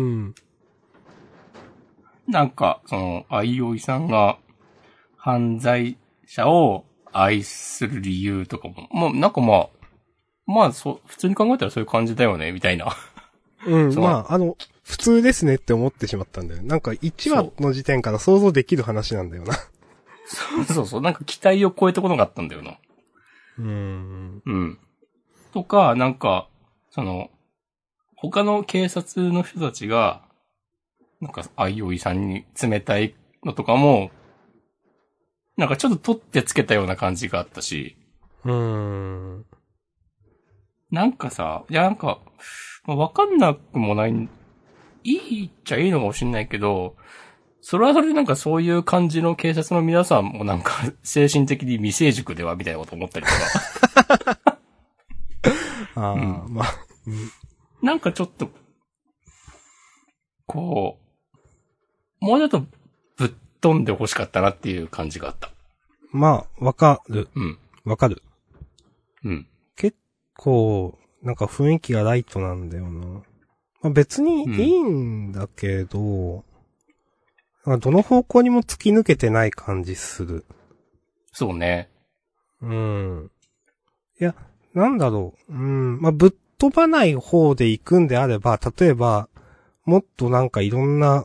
なんか、その、あいおいさんが犯罪者を愛する理由とかも、まあ、なんかまあ、まあ、そう、普通に考えたらそういう感じだよね、みたいな。 うん、 そうまあ、あの、普通ですねって思ってしまったんだよ。なんかいちわの時点から想像できる話なんだよな。 そうそうそう、なんか期待を超えたことがあったんだよな。 うーん。 うん。とか、なんか、その、他の警察の人たちが、なんか、あいおいさんに冷たいのとかも、なんかちょっと取ってつけたような感じがあったし、 うーん。 なんかさ、いやなんか、まあわかんなくもない、いいっちゃいいのかもしんないけど、それはそれでなんかそういう感じの警察の皆さんもなんか精神的に未成熟ではみたいなこと思ったりとか。 ああ、 うん、 まあ、うん。 なんかちょっと、こう、もうちょっとぶっ飛んで欲しかったなっていう感じがあった。 まあ、わかる。 うん。 わかる。 うん。 結構、なんか雰囲気がライトなんだよな。まあ、別にいいんだけど、うん、どの方向にも突き抜けてない感じする。 そうね。 うん。いや、なんだろう。うん。まあ、ぶっ飛ばない方で行くんであれば、例えば、もっとなんかいろんな、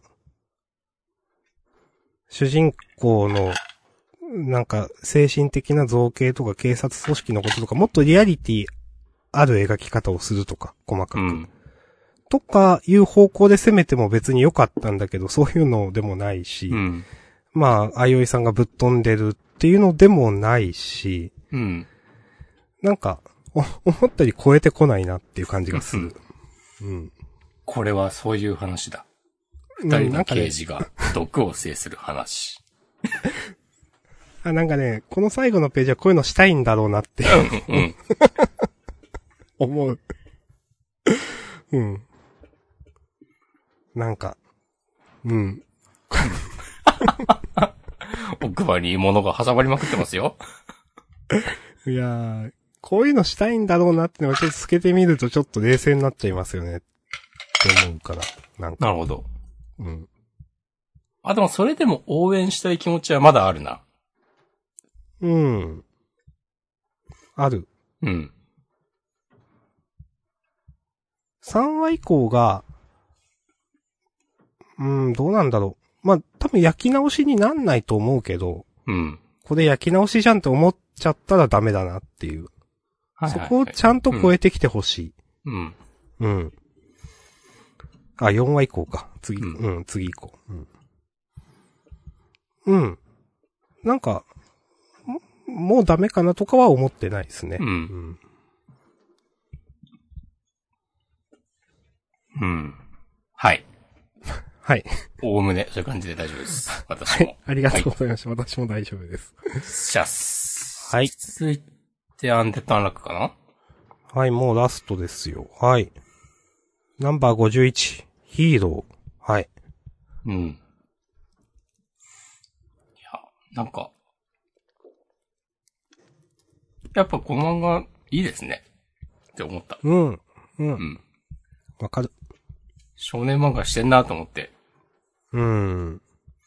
主人公の、なんか精神的な造形とか警察組織のこととか、もっとリアリティある描き方をするとか、細かく。うん、とかいう方向で攻めても別に良かったんだけど、そういうのでもないし、 うん、 まあ、あいおいさんがぶっ飛んでるっていうのでもないし、 うん、 なんか、思ったより超えてこないなっていう感じがする。うん。 これはそういう話だ。二人の刑事が毒を制する話。 あ、なんかね、この最後のページはこういうのしたいんだろうなって、うん、思う。うん。なんか、うん。 奥歯に物が挟まりまくってますよ。 いやー、こういうのしたいんだろうなってのをちょっと透けてみるとちょっと冷静になっちゃいますよね。って思うから。なんか。 なるほど。 うん。 あ、でもそれでも応援したい気持ちはまだあるな。 うん。ある。 うん。 さんわ以降が、うん、どうなんだろう。まあ、多分焼き直しになんないと思うけど、 うん。 これ焼き直しじゃんって思っちゃったらダメだなっていう。はいはいはい、そこをちゃんと超えてきてほしい。 うん。 うん。あ、よんわ以降か。次、うん、うん、次以降。うん。うん。なんか、もうダメかなとかは思ってないですね。 うん。うん。うん、はい。 はい。 おおむね、そういう感じで大丈夫です。私も。 はい。ありがとうございました。はい、私も大丈夫です。 シャス。 はい。 続いて、アンデッドアンラックかな？ はい、もうラストですよ。はい。ナンバーごじゅういち、ヒーロー。はい。 うん。いや、なんか、やっぱこの漫画いいですね。って思った。 うん。うん。うん。わかる。 少年漫画してんなと思って。 うん。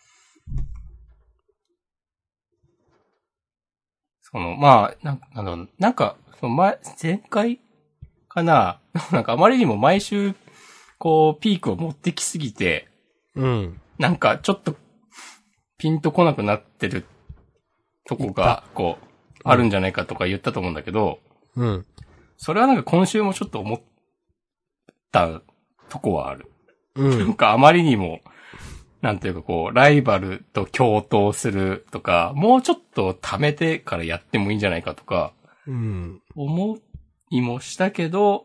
その、まあ、なんか、なんだろう、なんか、その前、前回かななんかあまりにも毎週、こう、ピークを持ってきすぎて、 うん。 なんかちょっと、ピンとこなくなってるとこが、こう、あるんじゃないかとか言ったと思うんだけど、 うん。 それはなんか今週もちょっと思ったとこはある。 うん。 なんかあまりにも、なんていうかこう、ライバルと共闘するとか、もうちょっと貯めてからやってもいいんじゃないかとか、 うん。 思いもしたけど、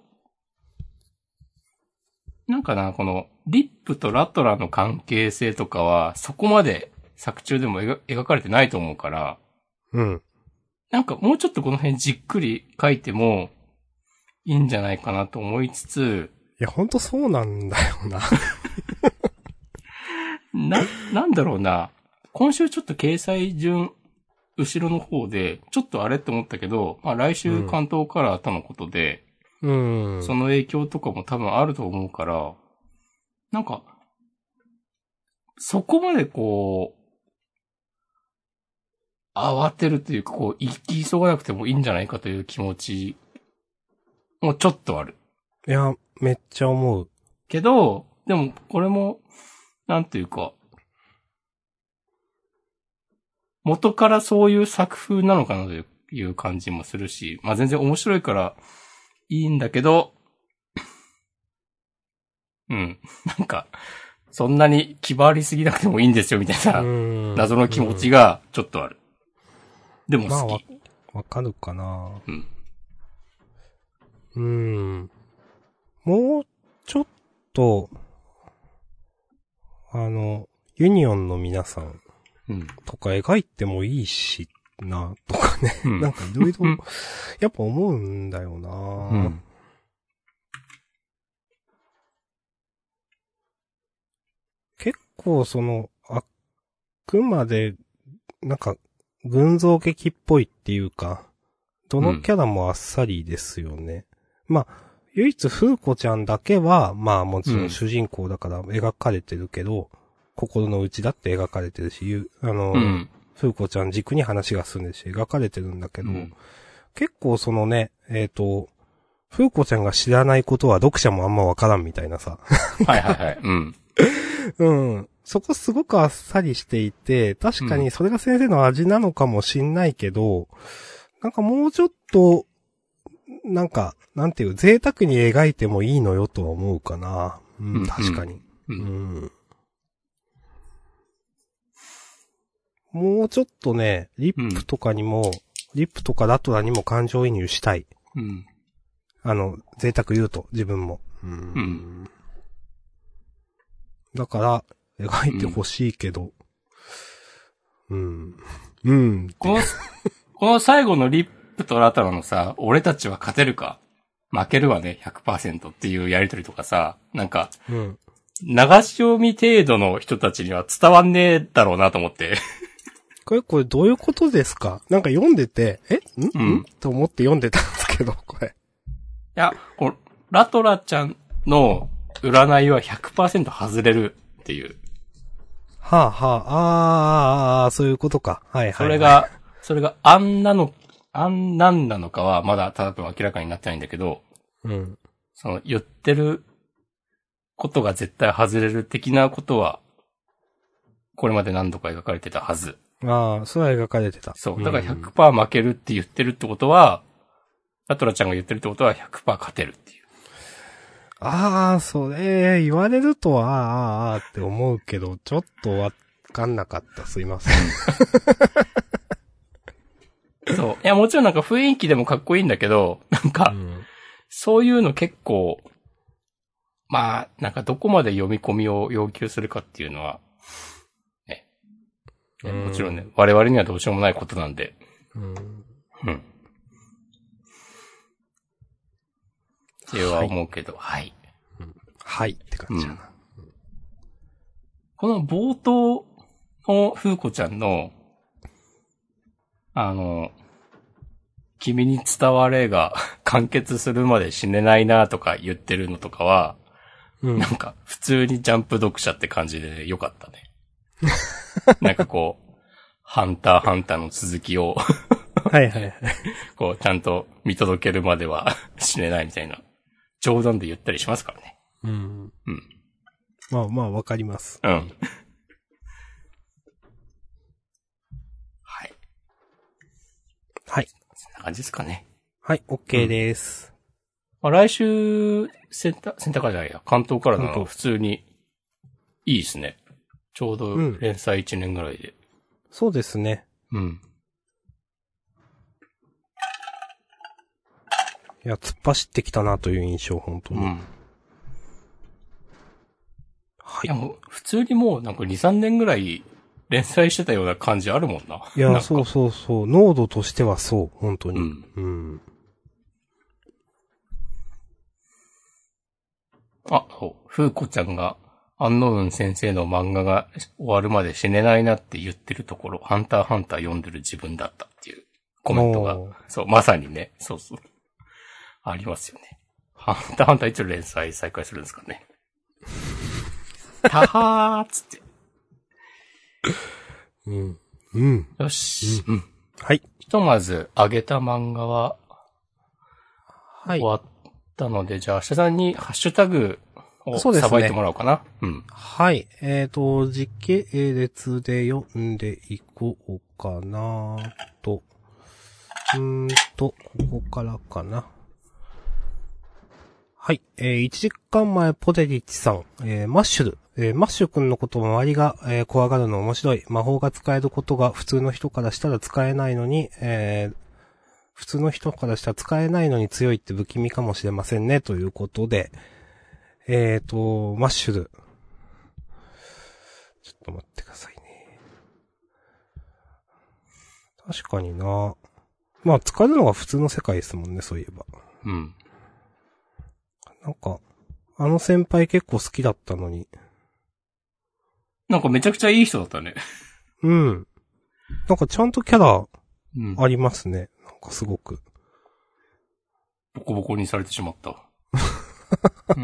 なんかな、この、リップとラトラの関係性とかは、そこまで作中でも描かれてないと思うから、 うん。 なんかもうちょっとこの辺じっくり書いてもいいんじゃないかなと思いつつ、 いや、ほんとそうなんだよな。 な、なんだろうな。今週ちょっと掲載順後ろの方で、ちょっとあれって思ったけど、まあ来週関東カラーとのことで、 うん。 その影響とかも多分あると思うから、なんか、そこまでこう、慌てるというか、こう、行き急がなくてもいいんじゃないかという気持ちもうちょっとある。 いや、めっちゃ思う。 けど、でも、これも、なんていうか、元からそういう作風なのかなという感じもするし、まあ全然面白いからいいんだけど、うん。なんか、そんなに気張りすぎなくてもいいんですよみたいな謎の気持ちがちょっとある。でも好き。まあ、 わ、わかるかな。 うん。 うん。もうちょっと、あの、ユニオンの皆さんとか描いてもいいしな、とかね。うん、なんかいろいろ、やっぱ思うんだよな、うん、結構その、あくまで、なんか、群像劇っぽいっていうか、どのキャラもあっさりですよね。うん、まあ、唯一風子ちゃんだけは、まあもちろん主人公だから描かれてるけど、うん、心の内だって描かれてるし、あの、うん、風子ちゃん軸に話が進んでるし、描かれてるんだけど、うん、結構そのね、えっと、風子ちゃんが知らないことは読者もあんまわからんみたいなさ。 はいはいはい。うん。 うん。そこすごくあっさりしていて、確かにそれが先生の味なのかもしんないけど、うん、なんかもうちょっと、なんか、なんていう、贅沢に描いてもいいのよとは思うかな。うん、確かに。うん。うん、もうちょっとね、リップとかにも、うん、リップとかラトラにも感情移入したい。 うん。 あの、贅沢言うと、自分も。うん。 うん、 だから、描いてほしいけど。うん。うん。うん、 この、この最後のリップとラトラのさ、俺たちは勝てるか負けるわね、ひゃくパーセント っていうやりとりとかさ、なんか、 うん、 流し読み程度の人たちには伝わんねえだろうなと思って。 これ、これどういうことですか？なんか読んでて、えん、うん、んと思って読んでたんですけど、これ。 いや、こうラトラちゃんの占いは ひゃくパーセント 外れるっていう。 はあはあ、ああ、ああ、そういうことか。はいはい、はい。 それが、それがあんなの、あんなんなのかはまだ多分明らかになってないんだけど、 うん。 その言ってることが絶対外れる的なことは、これまで何度か描かれてたはず。 ああ、それは描かれてた。 そう。だから ひゃくパーセント 負けるって言ってるってことは、ラトラちゃんが言ってるってことは ひゃくパーセント 勝てるっていう。 ああ、それ、言われるとは、ああ、ああって思うけど、ちょっとわかんなかった。すいません。 そう。いや、もちろんなんか雰囲気でもかっこいいんだけど、なんか、うん、そういうの結構、まあ、なんかどこまで読み込みを要求するかっていうのは、ね。ね、もちろんね、我々にはどうしようもないことなんで。 うん。 うん。っていうは思うけど、はい。はい、 うん、はいって感じだな、 うん。この冒頭の風子ちゃんの、あの、君に伝われが完結するまで死ねないなとか言ってるのとかは、うん、なんか普通にジャンプ読者って感じでよかったね。なんかこう、ハンターハンターの続きをはいはいはい。 こう、ちゃんと見届けるまでは死ねないみたいな。冗談で言ったりしますからね。 うん。 うん。 まあまあわかります。 うん。はい。 はい。 そんな感じですかね。 はい、OK です。 うん、まあ、来週、センター、センターからじゃないや、関東からなら普通にいいですね。ちょうど連載いちねんぐらいで、うん。 そうですね。 うん。 いや、突っ走ってきたなという印象、本当に。うん。 はい。いや、もう、普通にもうなんかに、さんねんぐらい連載してたような感じあるもんな。 いや、そうそうそう。濃度としてはそう、本当に。うん。うん。 あ、そう。風子ちゃんがアンノウン先生の漫画が終わるまで死ねないなって言ってるところ、ハンターハンター読んでる自分だったっていうコメントが、そう、まさにね、そうそう。ありますよね。ハンターハンターいつ連載再開するんですかね。たはーっつって。 うん。うん。 よし。うん。うん、 はい。 ひとまず、あげた漫画は、 はい。 終わったので、じゃあ、明日さんにハッシュタグをさばいてもらおうかな。うね、うん。 はい。えっ、ー、と、時系列で読んでいこうかなと。うーんと、ここからかな。はい。えー、いちじかんまえポテリッチさん、えー、マッシュル。えー、マッシュ君のことを周りが、えー、怖がるの面白い。魔法が使えることが普通の人からしたら使えないのに、えー、普通の人からしたら使えないのに強いって不気味かもしれませんね。ということで、えーと、マッシュル。ちょっと待ってくださいね。確かにな。まあ、使えるのが普通の世界ですもんね、そういえば。 うん。 なんか、あの先輩結構好きだったのに。 なんかめちゃくちゃいい人だったね。 うん。なんかちゃんとキャラ、ありますね。うん、なんかすごく。 ボコボコにされてしまった。うん。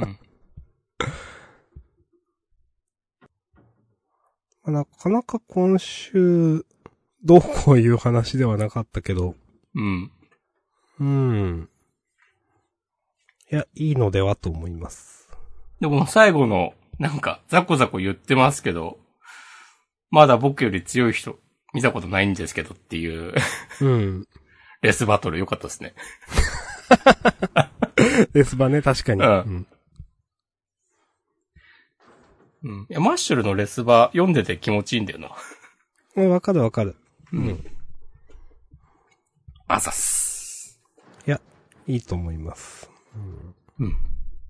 なかなか今週、どうこういう話ではなかったけど。 うん。 うん。いや、いいのではと思います。 でも最後の、なんか、ザコザコ言ってますけど、まだ僕より強い人、見たことないんですけどっていう、 うん。 レスバトル良かったですね。 レスバね、確かに。うん。 うん。いや、マッシュルのレスバ読んでて気持ちいいんだよな。 うん、わかるわかる。 うん。うん、あざっす。 いや、いいと思います。うん。うん、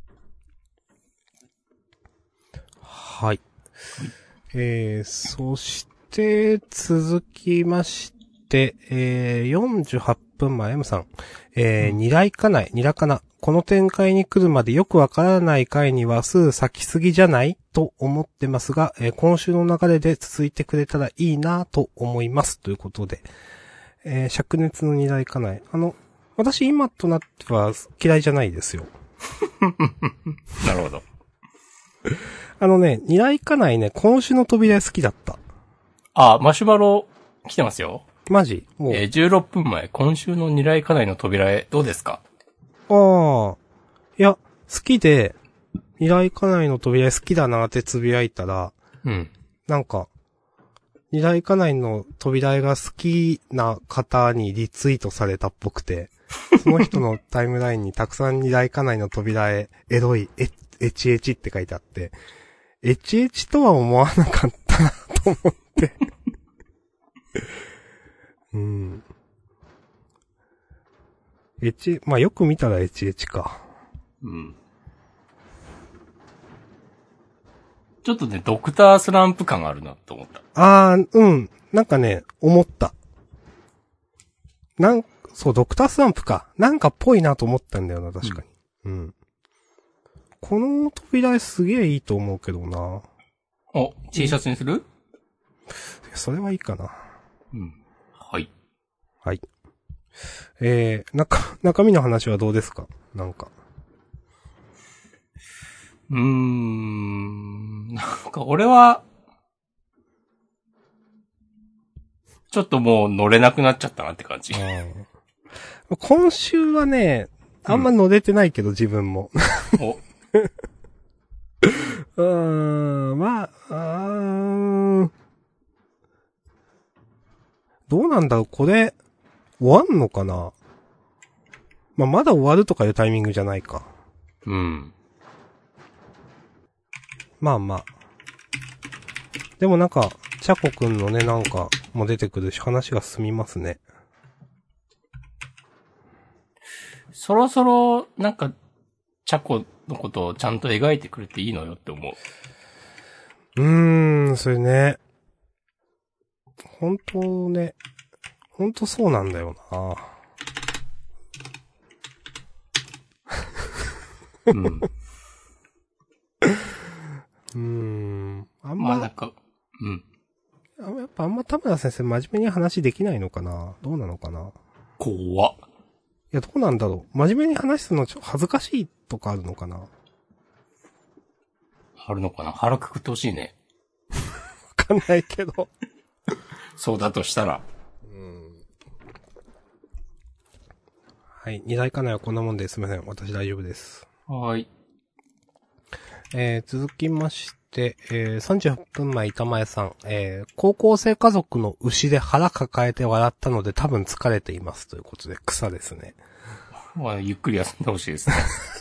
はい。えー、そして、続きまして、えー、よんじゅうはっぷんまえ M さん。えー、うん、ニライカナイ、ニラカナ。この展開に来るまでよくわからない回には数咲きすぎじゃないと思ってますが、えー、今週の流れで続いてくれたらいいなと思います。ということで、えー、灼熱のニライカナイ。あの、私今となっては嫌いじゃないですよ。 なるほど。 あのね、ニライカナイね、今週の扉好きだった。 あ、マシュマロ来てますよ。 マジもう。えー、じゅうろっぷんまえ、今週のニライカナイの扉へ、どうですか？ ああ。いや、好きで、ニライカナイの扉へ好きだなってつぶやいたら、 うん。 なんか、ニライカナイの扉絵が好きな方にリツイートされたっぽくて、その人のタイムラインにたくさんニライカナイの扉絵、エロい、エエチエチって書いてあって、エチエチとは思わなかったなと思って。うん。エチ、まあ、よく見たらエチエチか。 うん。ちょっとね、ドクタースランプ感があるなと思った。 あー、うん。なんかね、思った。なん、そう、ドクタースランプか。なんかっぽいなと思ったんだよな、確かに。うん。うん、この扉すげえいいと思うけどな。 お、T シャツにする？ それはいいかな。 うん。はい。 はい。えー、中、中身の話はどうですか？なんか。 うーん。なんか俺は、ちょっともう乗れなくなっちゃったなって感じ。 今週はね、あんま乗れてないけど、うん、自分も。おうーん、まあ、あーどうなんだろう、これ、終わんのかな？まあ、まだ終わるとかいうタイミングじゃないか。 うん。 まあまあ。でもなんか、チャコくんのね、なんか、も出てくるし、話が進みますね。 そろそろ、なんか、チャコのことをちゃんと描いてくれていいのよって思う。 うーん、それね。本当ね、本当そうなんだよな。 うん。 うーん。あんま、 まあなんか、うん。 あやっぱあんま田村先生真面目に話できないのかな？どうなのかな？ 怖っ。 いや、どうなんだろう。真面目に話すのちょっと恥ずかしいとかあるのかな？わあるのかな？腹くくってほしいね。 かんないけど。 そうだとしたら。 うん。はい。二大家内はこんなもんですみません。私大丈夫です。 はーい。 えー、続きまして、えー、さんじゅうはっぷんまえ板前さん、えー、高校生家族の牛で腹抱えて笑ったので多分疲れていますということで草ですね。 まあ、ゆっくり休んでほしいですね。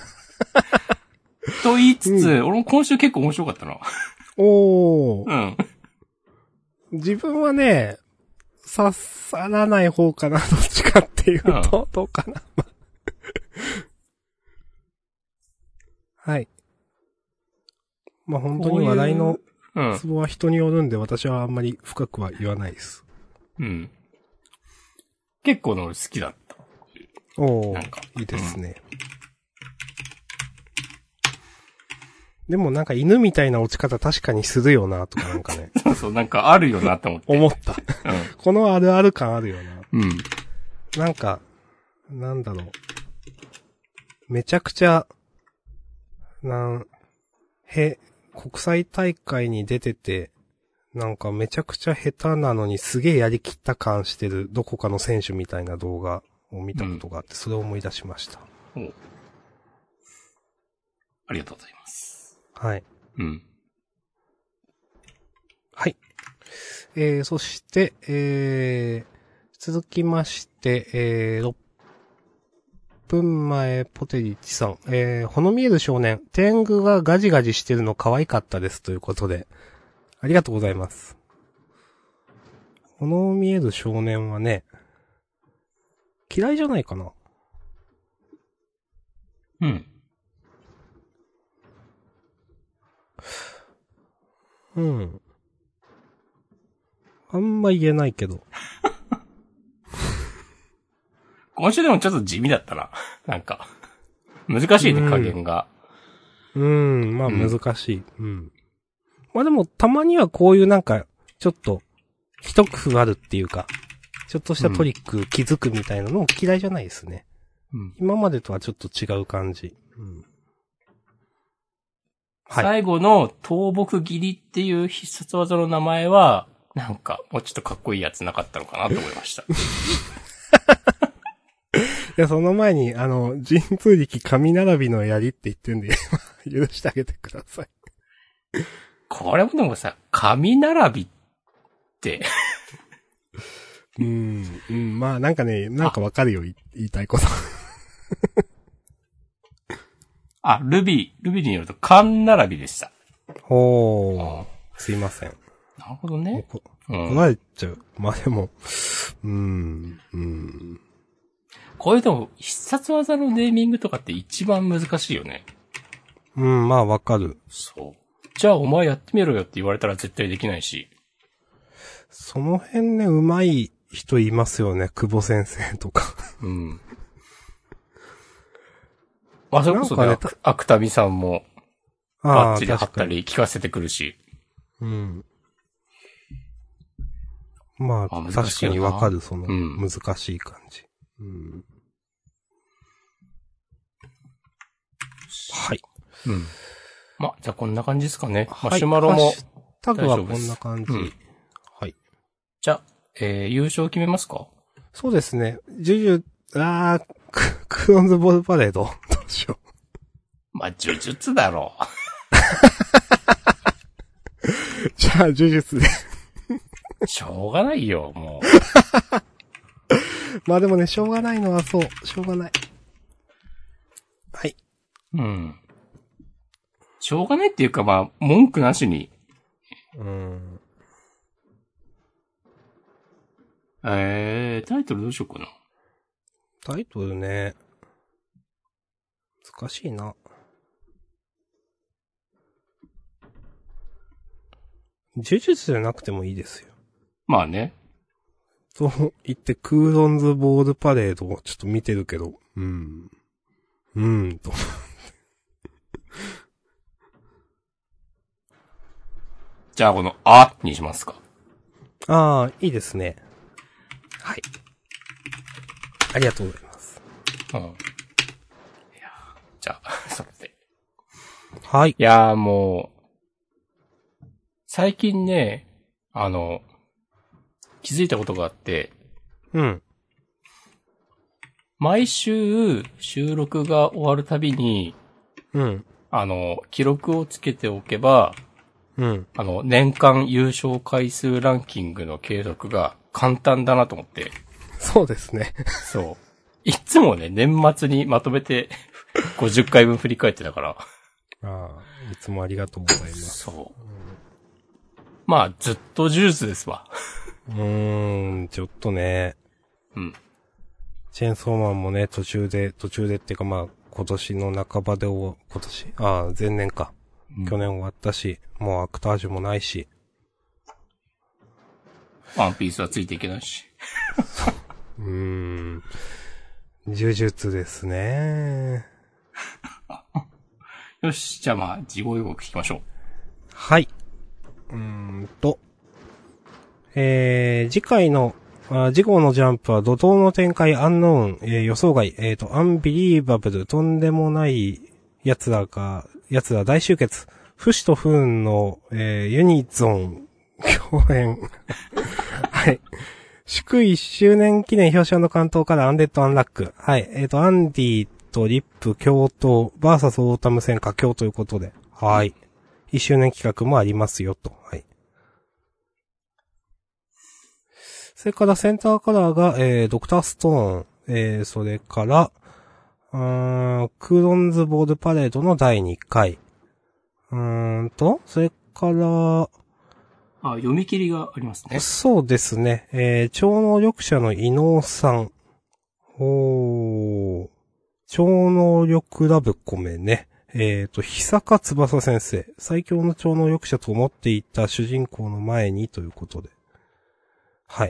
と言いつつ、うん、俺も今週結構面白かったな。 おー。 うん。 自分はね、刺さらない方かな、どっちかっていうと、うん、どうかな。はい。まあ本当に笑いのツボは人によるんで、私はあんまり深くは言わないです。 うん。結構の俺好きだった。 おー、なんかいいですね。うん、でもなんか犬みたいな落ち方確かにするよな、とかなんかね。 そうそう、なんかあるよなって思って。 思った。うん、このあるある感あるよな。 うん。 なんか、なんだろう。めちゃくちゃ、なん、へ、国際大会に出てて、なんかめちゃくちゃ下手なのにすげえやりきった感してるどこかの選手みたいな動画を見たことがあって、うん、それを思い出しました。 おありがとうございます。 はい。 うん。 はい。えー、そして、えー、続きまして、えー、ろっぷんまえポテリッチさん、えー、ほの見える少年、天狗がガジガジしてるの可愛かったですということで、ありがとうございます。ほの見える少年はね、嫌いじゃないかな。 うん。 うん。あんま言えないけど。 今週でもちょっと地味だったな。なんか。難しいね、加減が。 うん、うんまあ難しい、うん。うん。まあでも、たまにはこういうなんか、ちょっと、一工夫あるっていうか、ちょっとしたトリック気づくみたいなのも嫌いじゃないですね。 うん。 今までとはちょっと違う感じ。うん。 はい。最後の倒木切りっていう必殺技の名前は、なんか、もうちょっとかっこいいやつなかったのかなと思いました。 いや、その前に、あの、神通力神並びの槍って言ってんで、許してあげてください。 これもでもさ、神並びって、 うん、うん、まあなんかね、なんかわかるよ、言いたいこと。 あ、ルビー、ルビーによると神並びでした。 ほー、すいません。 なるほどね。 こ、怒られちゃう。まあでも、うーん、うん。 こういうでも、必殺技のネーミングとかって一番難しいよね。 うん、まあわかる。 そう。じゃあお前やってみろよって言われたら絶対できないし。 その辺ね、上手い人いますよね。久保先生とか。 うん。まあそれこそね、ねアクタミさんも、バッチリ貼ったり聞かせてくるし。 うん。まあ、あ確かにわかる、その、難しい感じ。うん。はい。 うん。まあ、じゃあこんな感じですかね。はい、マシュマロも。ハッシュタグはこんな感じ。うん、はい。 じゃあ、えー、優勝決めますか？ そうですね。ジュジュ、あー、ク、クローンズボールパレード。どうしよう。 まあ、呪術だろう。 じゃあ、呪術で。 しょうがないよ、もう。 まあでもね、しょうがないのはそう、しょうがない。はい。 うん。しょうがないっていうか、まあ、文句なしに。 うん。 えー、タイトルどうしようかな。 タイトルね。難しいな。呪術じゃなくてもいいですよ。 まあね。 と言って、クーロンズボールパレードをちょっと見てるけど、うん。うん、と。 じゃあこの、あにしますか。 ああ、いいですね。はい。ありがとうございます。 うん。いやじゃあ、それで。 はい。 いやーもう、最近ね、あの、気づいたことがあって、 うん。 毎週収録が終わるたびに、 うん。 あの、記録をつけておけば、 うん。 あの、年間優勝回数ランキングの計測が簡単だなと思って。 そうですね。 そう。いつもね、年末にまとめてごじゅっかいぶん振り返ってたから。ああ、いつもありがとうございます。 そう。うん、まあ、ずっと呪術ですわ。 うーん、ちょっとね。 うん。 チェーンソーマンもね、途中で、途中でっていうかまあ、今年の半ばで終わ、今年ああ、前年か。うん、去年終わったし、もうアクタージュもないし。 ワンピースはついていけないし。 うーん。呪術ですね。 よし、じゃあまあ、事後予告聞きましょう。 はい。うーんと。えー、次回の、あ次号のジャンプは怒涛の展開アンノーン、えー、予想外、えーと、アンビリーバブル、とんでもない奴らが、奴ら大集結。不死と不運の、えー、ユニゾン、共演。はい。祝いっしゅうねん記念表彰の関東からアンデッドアンラック。はい。えっ、ー、と、アンディとリップ共闘、バーサスオータム戦佳境ということで。はい。いっしゅうねん企画もありますよ、と。はい。それからセンターカラーが、えー、ドクターストーン。えー、それから、うーん、クーロンズボールパレードのだいにかい。うーんと、それから、 あ、読み切りがありますね。 そうですね。えー、超能力者の伊能さん。おー。超能力ラブコメね。えーと、久坂翼先生。最強の超能力者と思っていた主人公の前にということで。はい。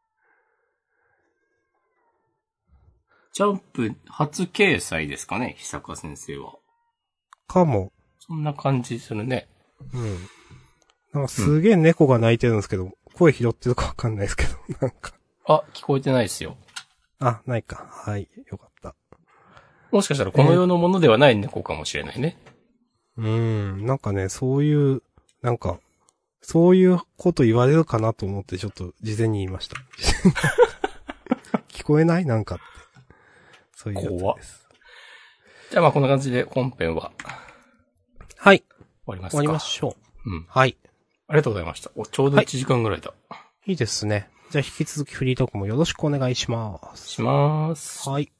ジャンプ初掲載ですかね、久坂先生は。 かも。 そんな感じするね。 うん。なんかすげえ猫が鳴いてるんですけど、うん、声拾ってるかわかんないですけど、なんか。 あ、聞こえてないですよ。 あ、ないか。はい、よかった。 もしかしたらこの世のものではない猫かもしれないね。 えー、うーん、なんかね、そういう、なんか、そういうこと言われるかなと思ってちょっと事前に言いました。聞こえないなんかって。そういうやつです。怖っ。 じゃあまあこんな感じで本編は。 はい。 終わりますか。 終わりましょう。うん。 はい。 ありがとうございました。お、ちょうどいちじかんぐらいだ。 はい、いいですね。じゃあ引き続きフリートークもよろしくお願いします。 しまーす。 はい。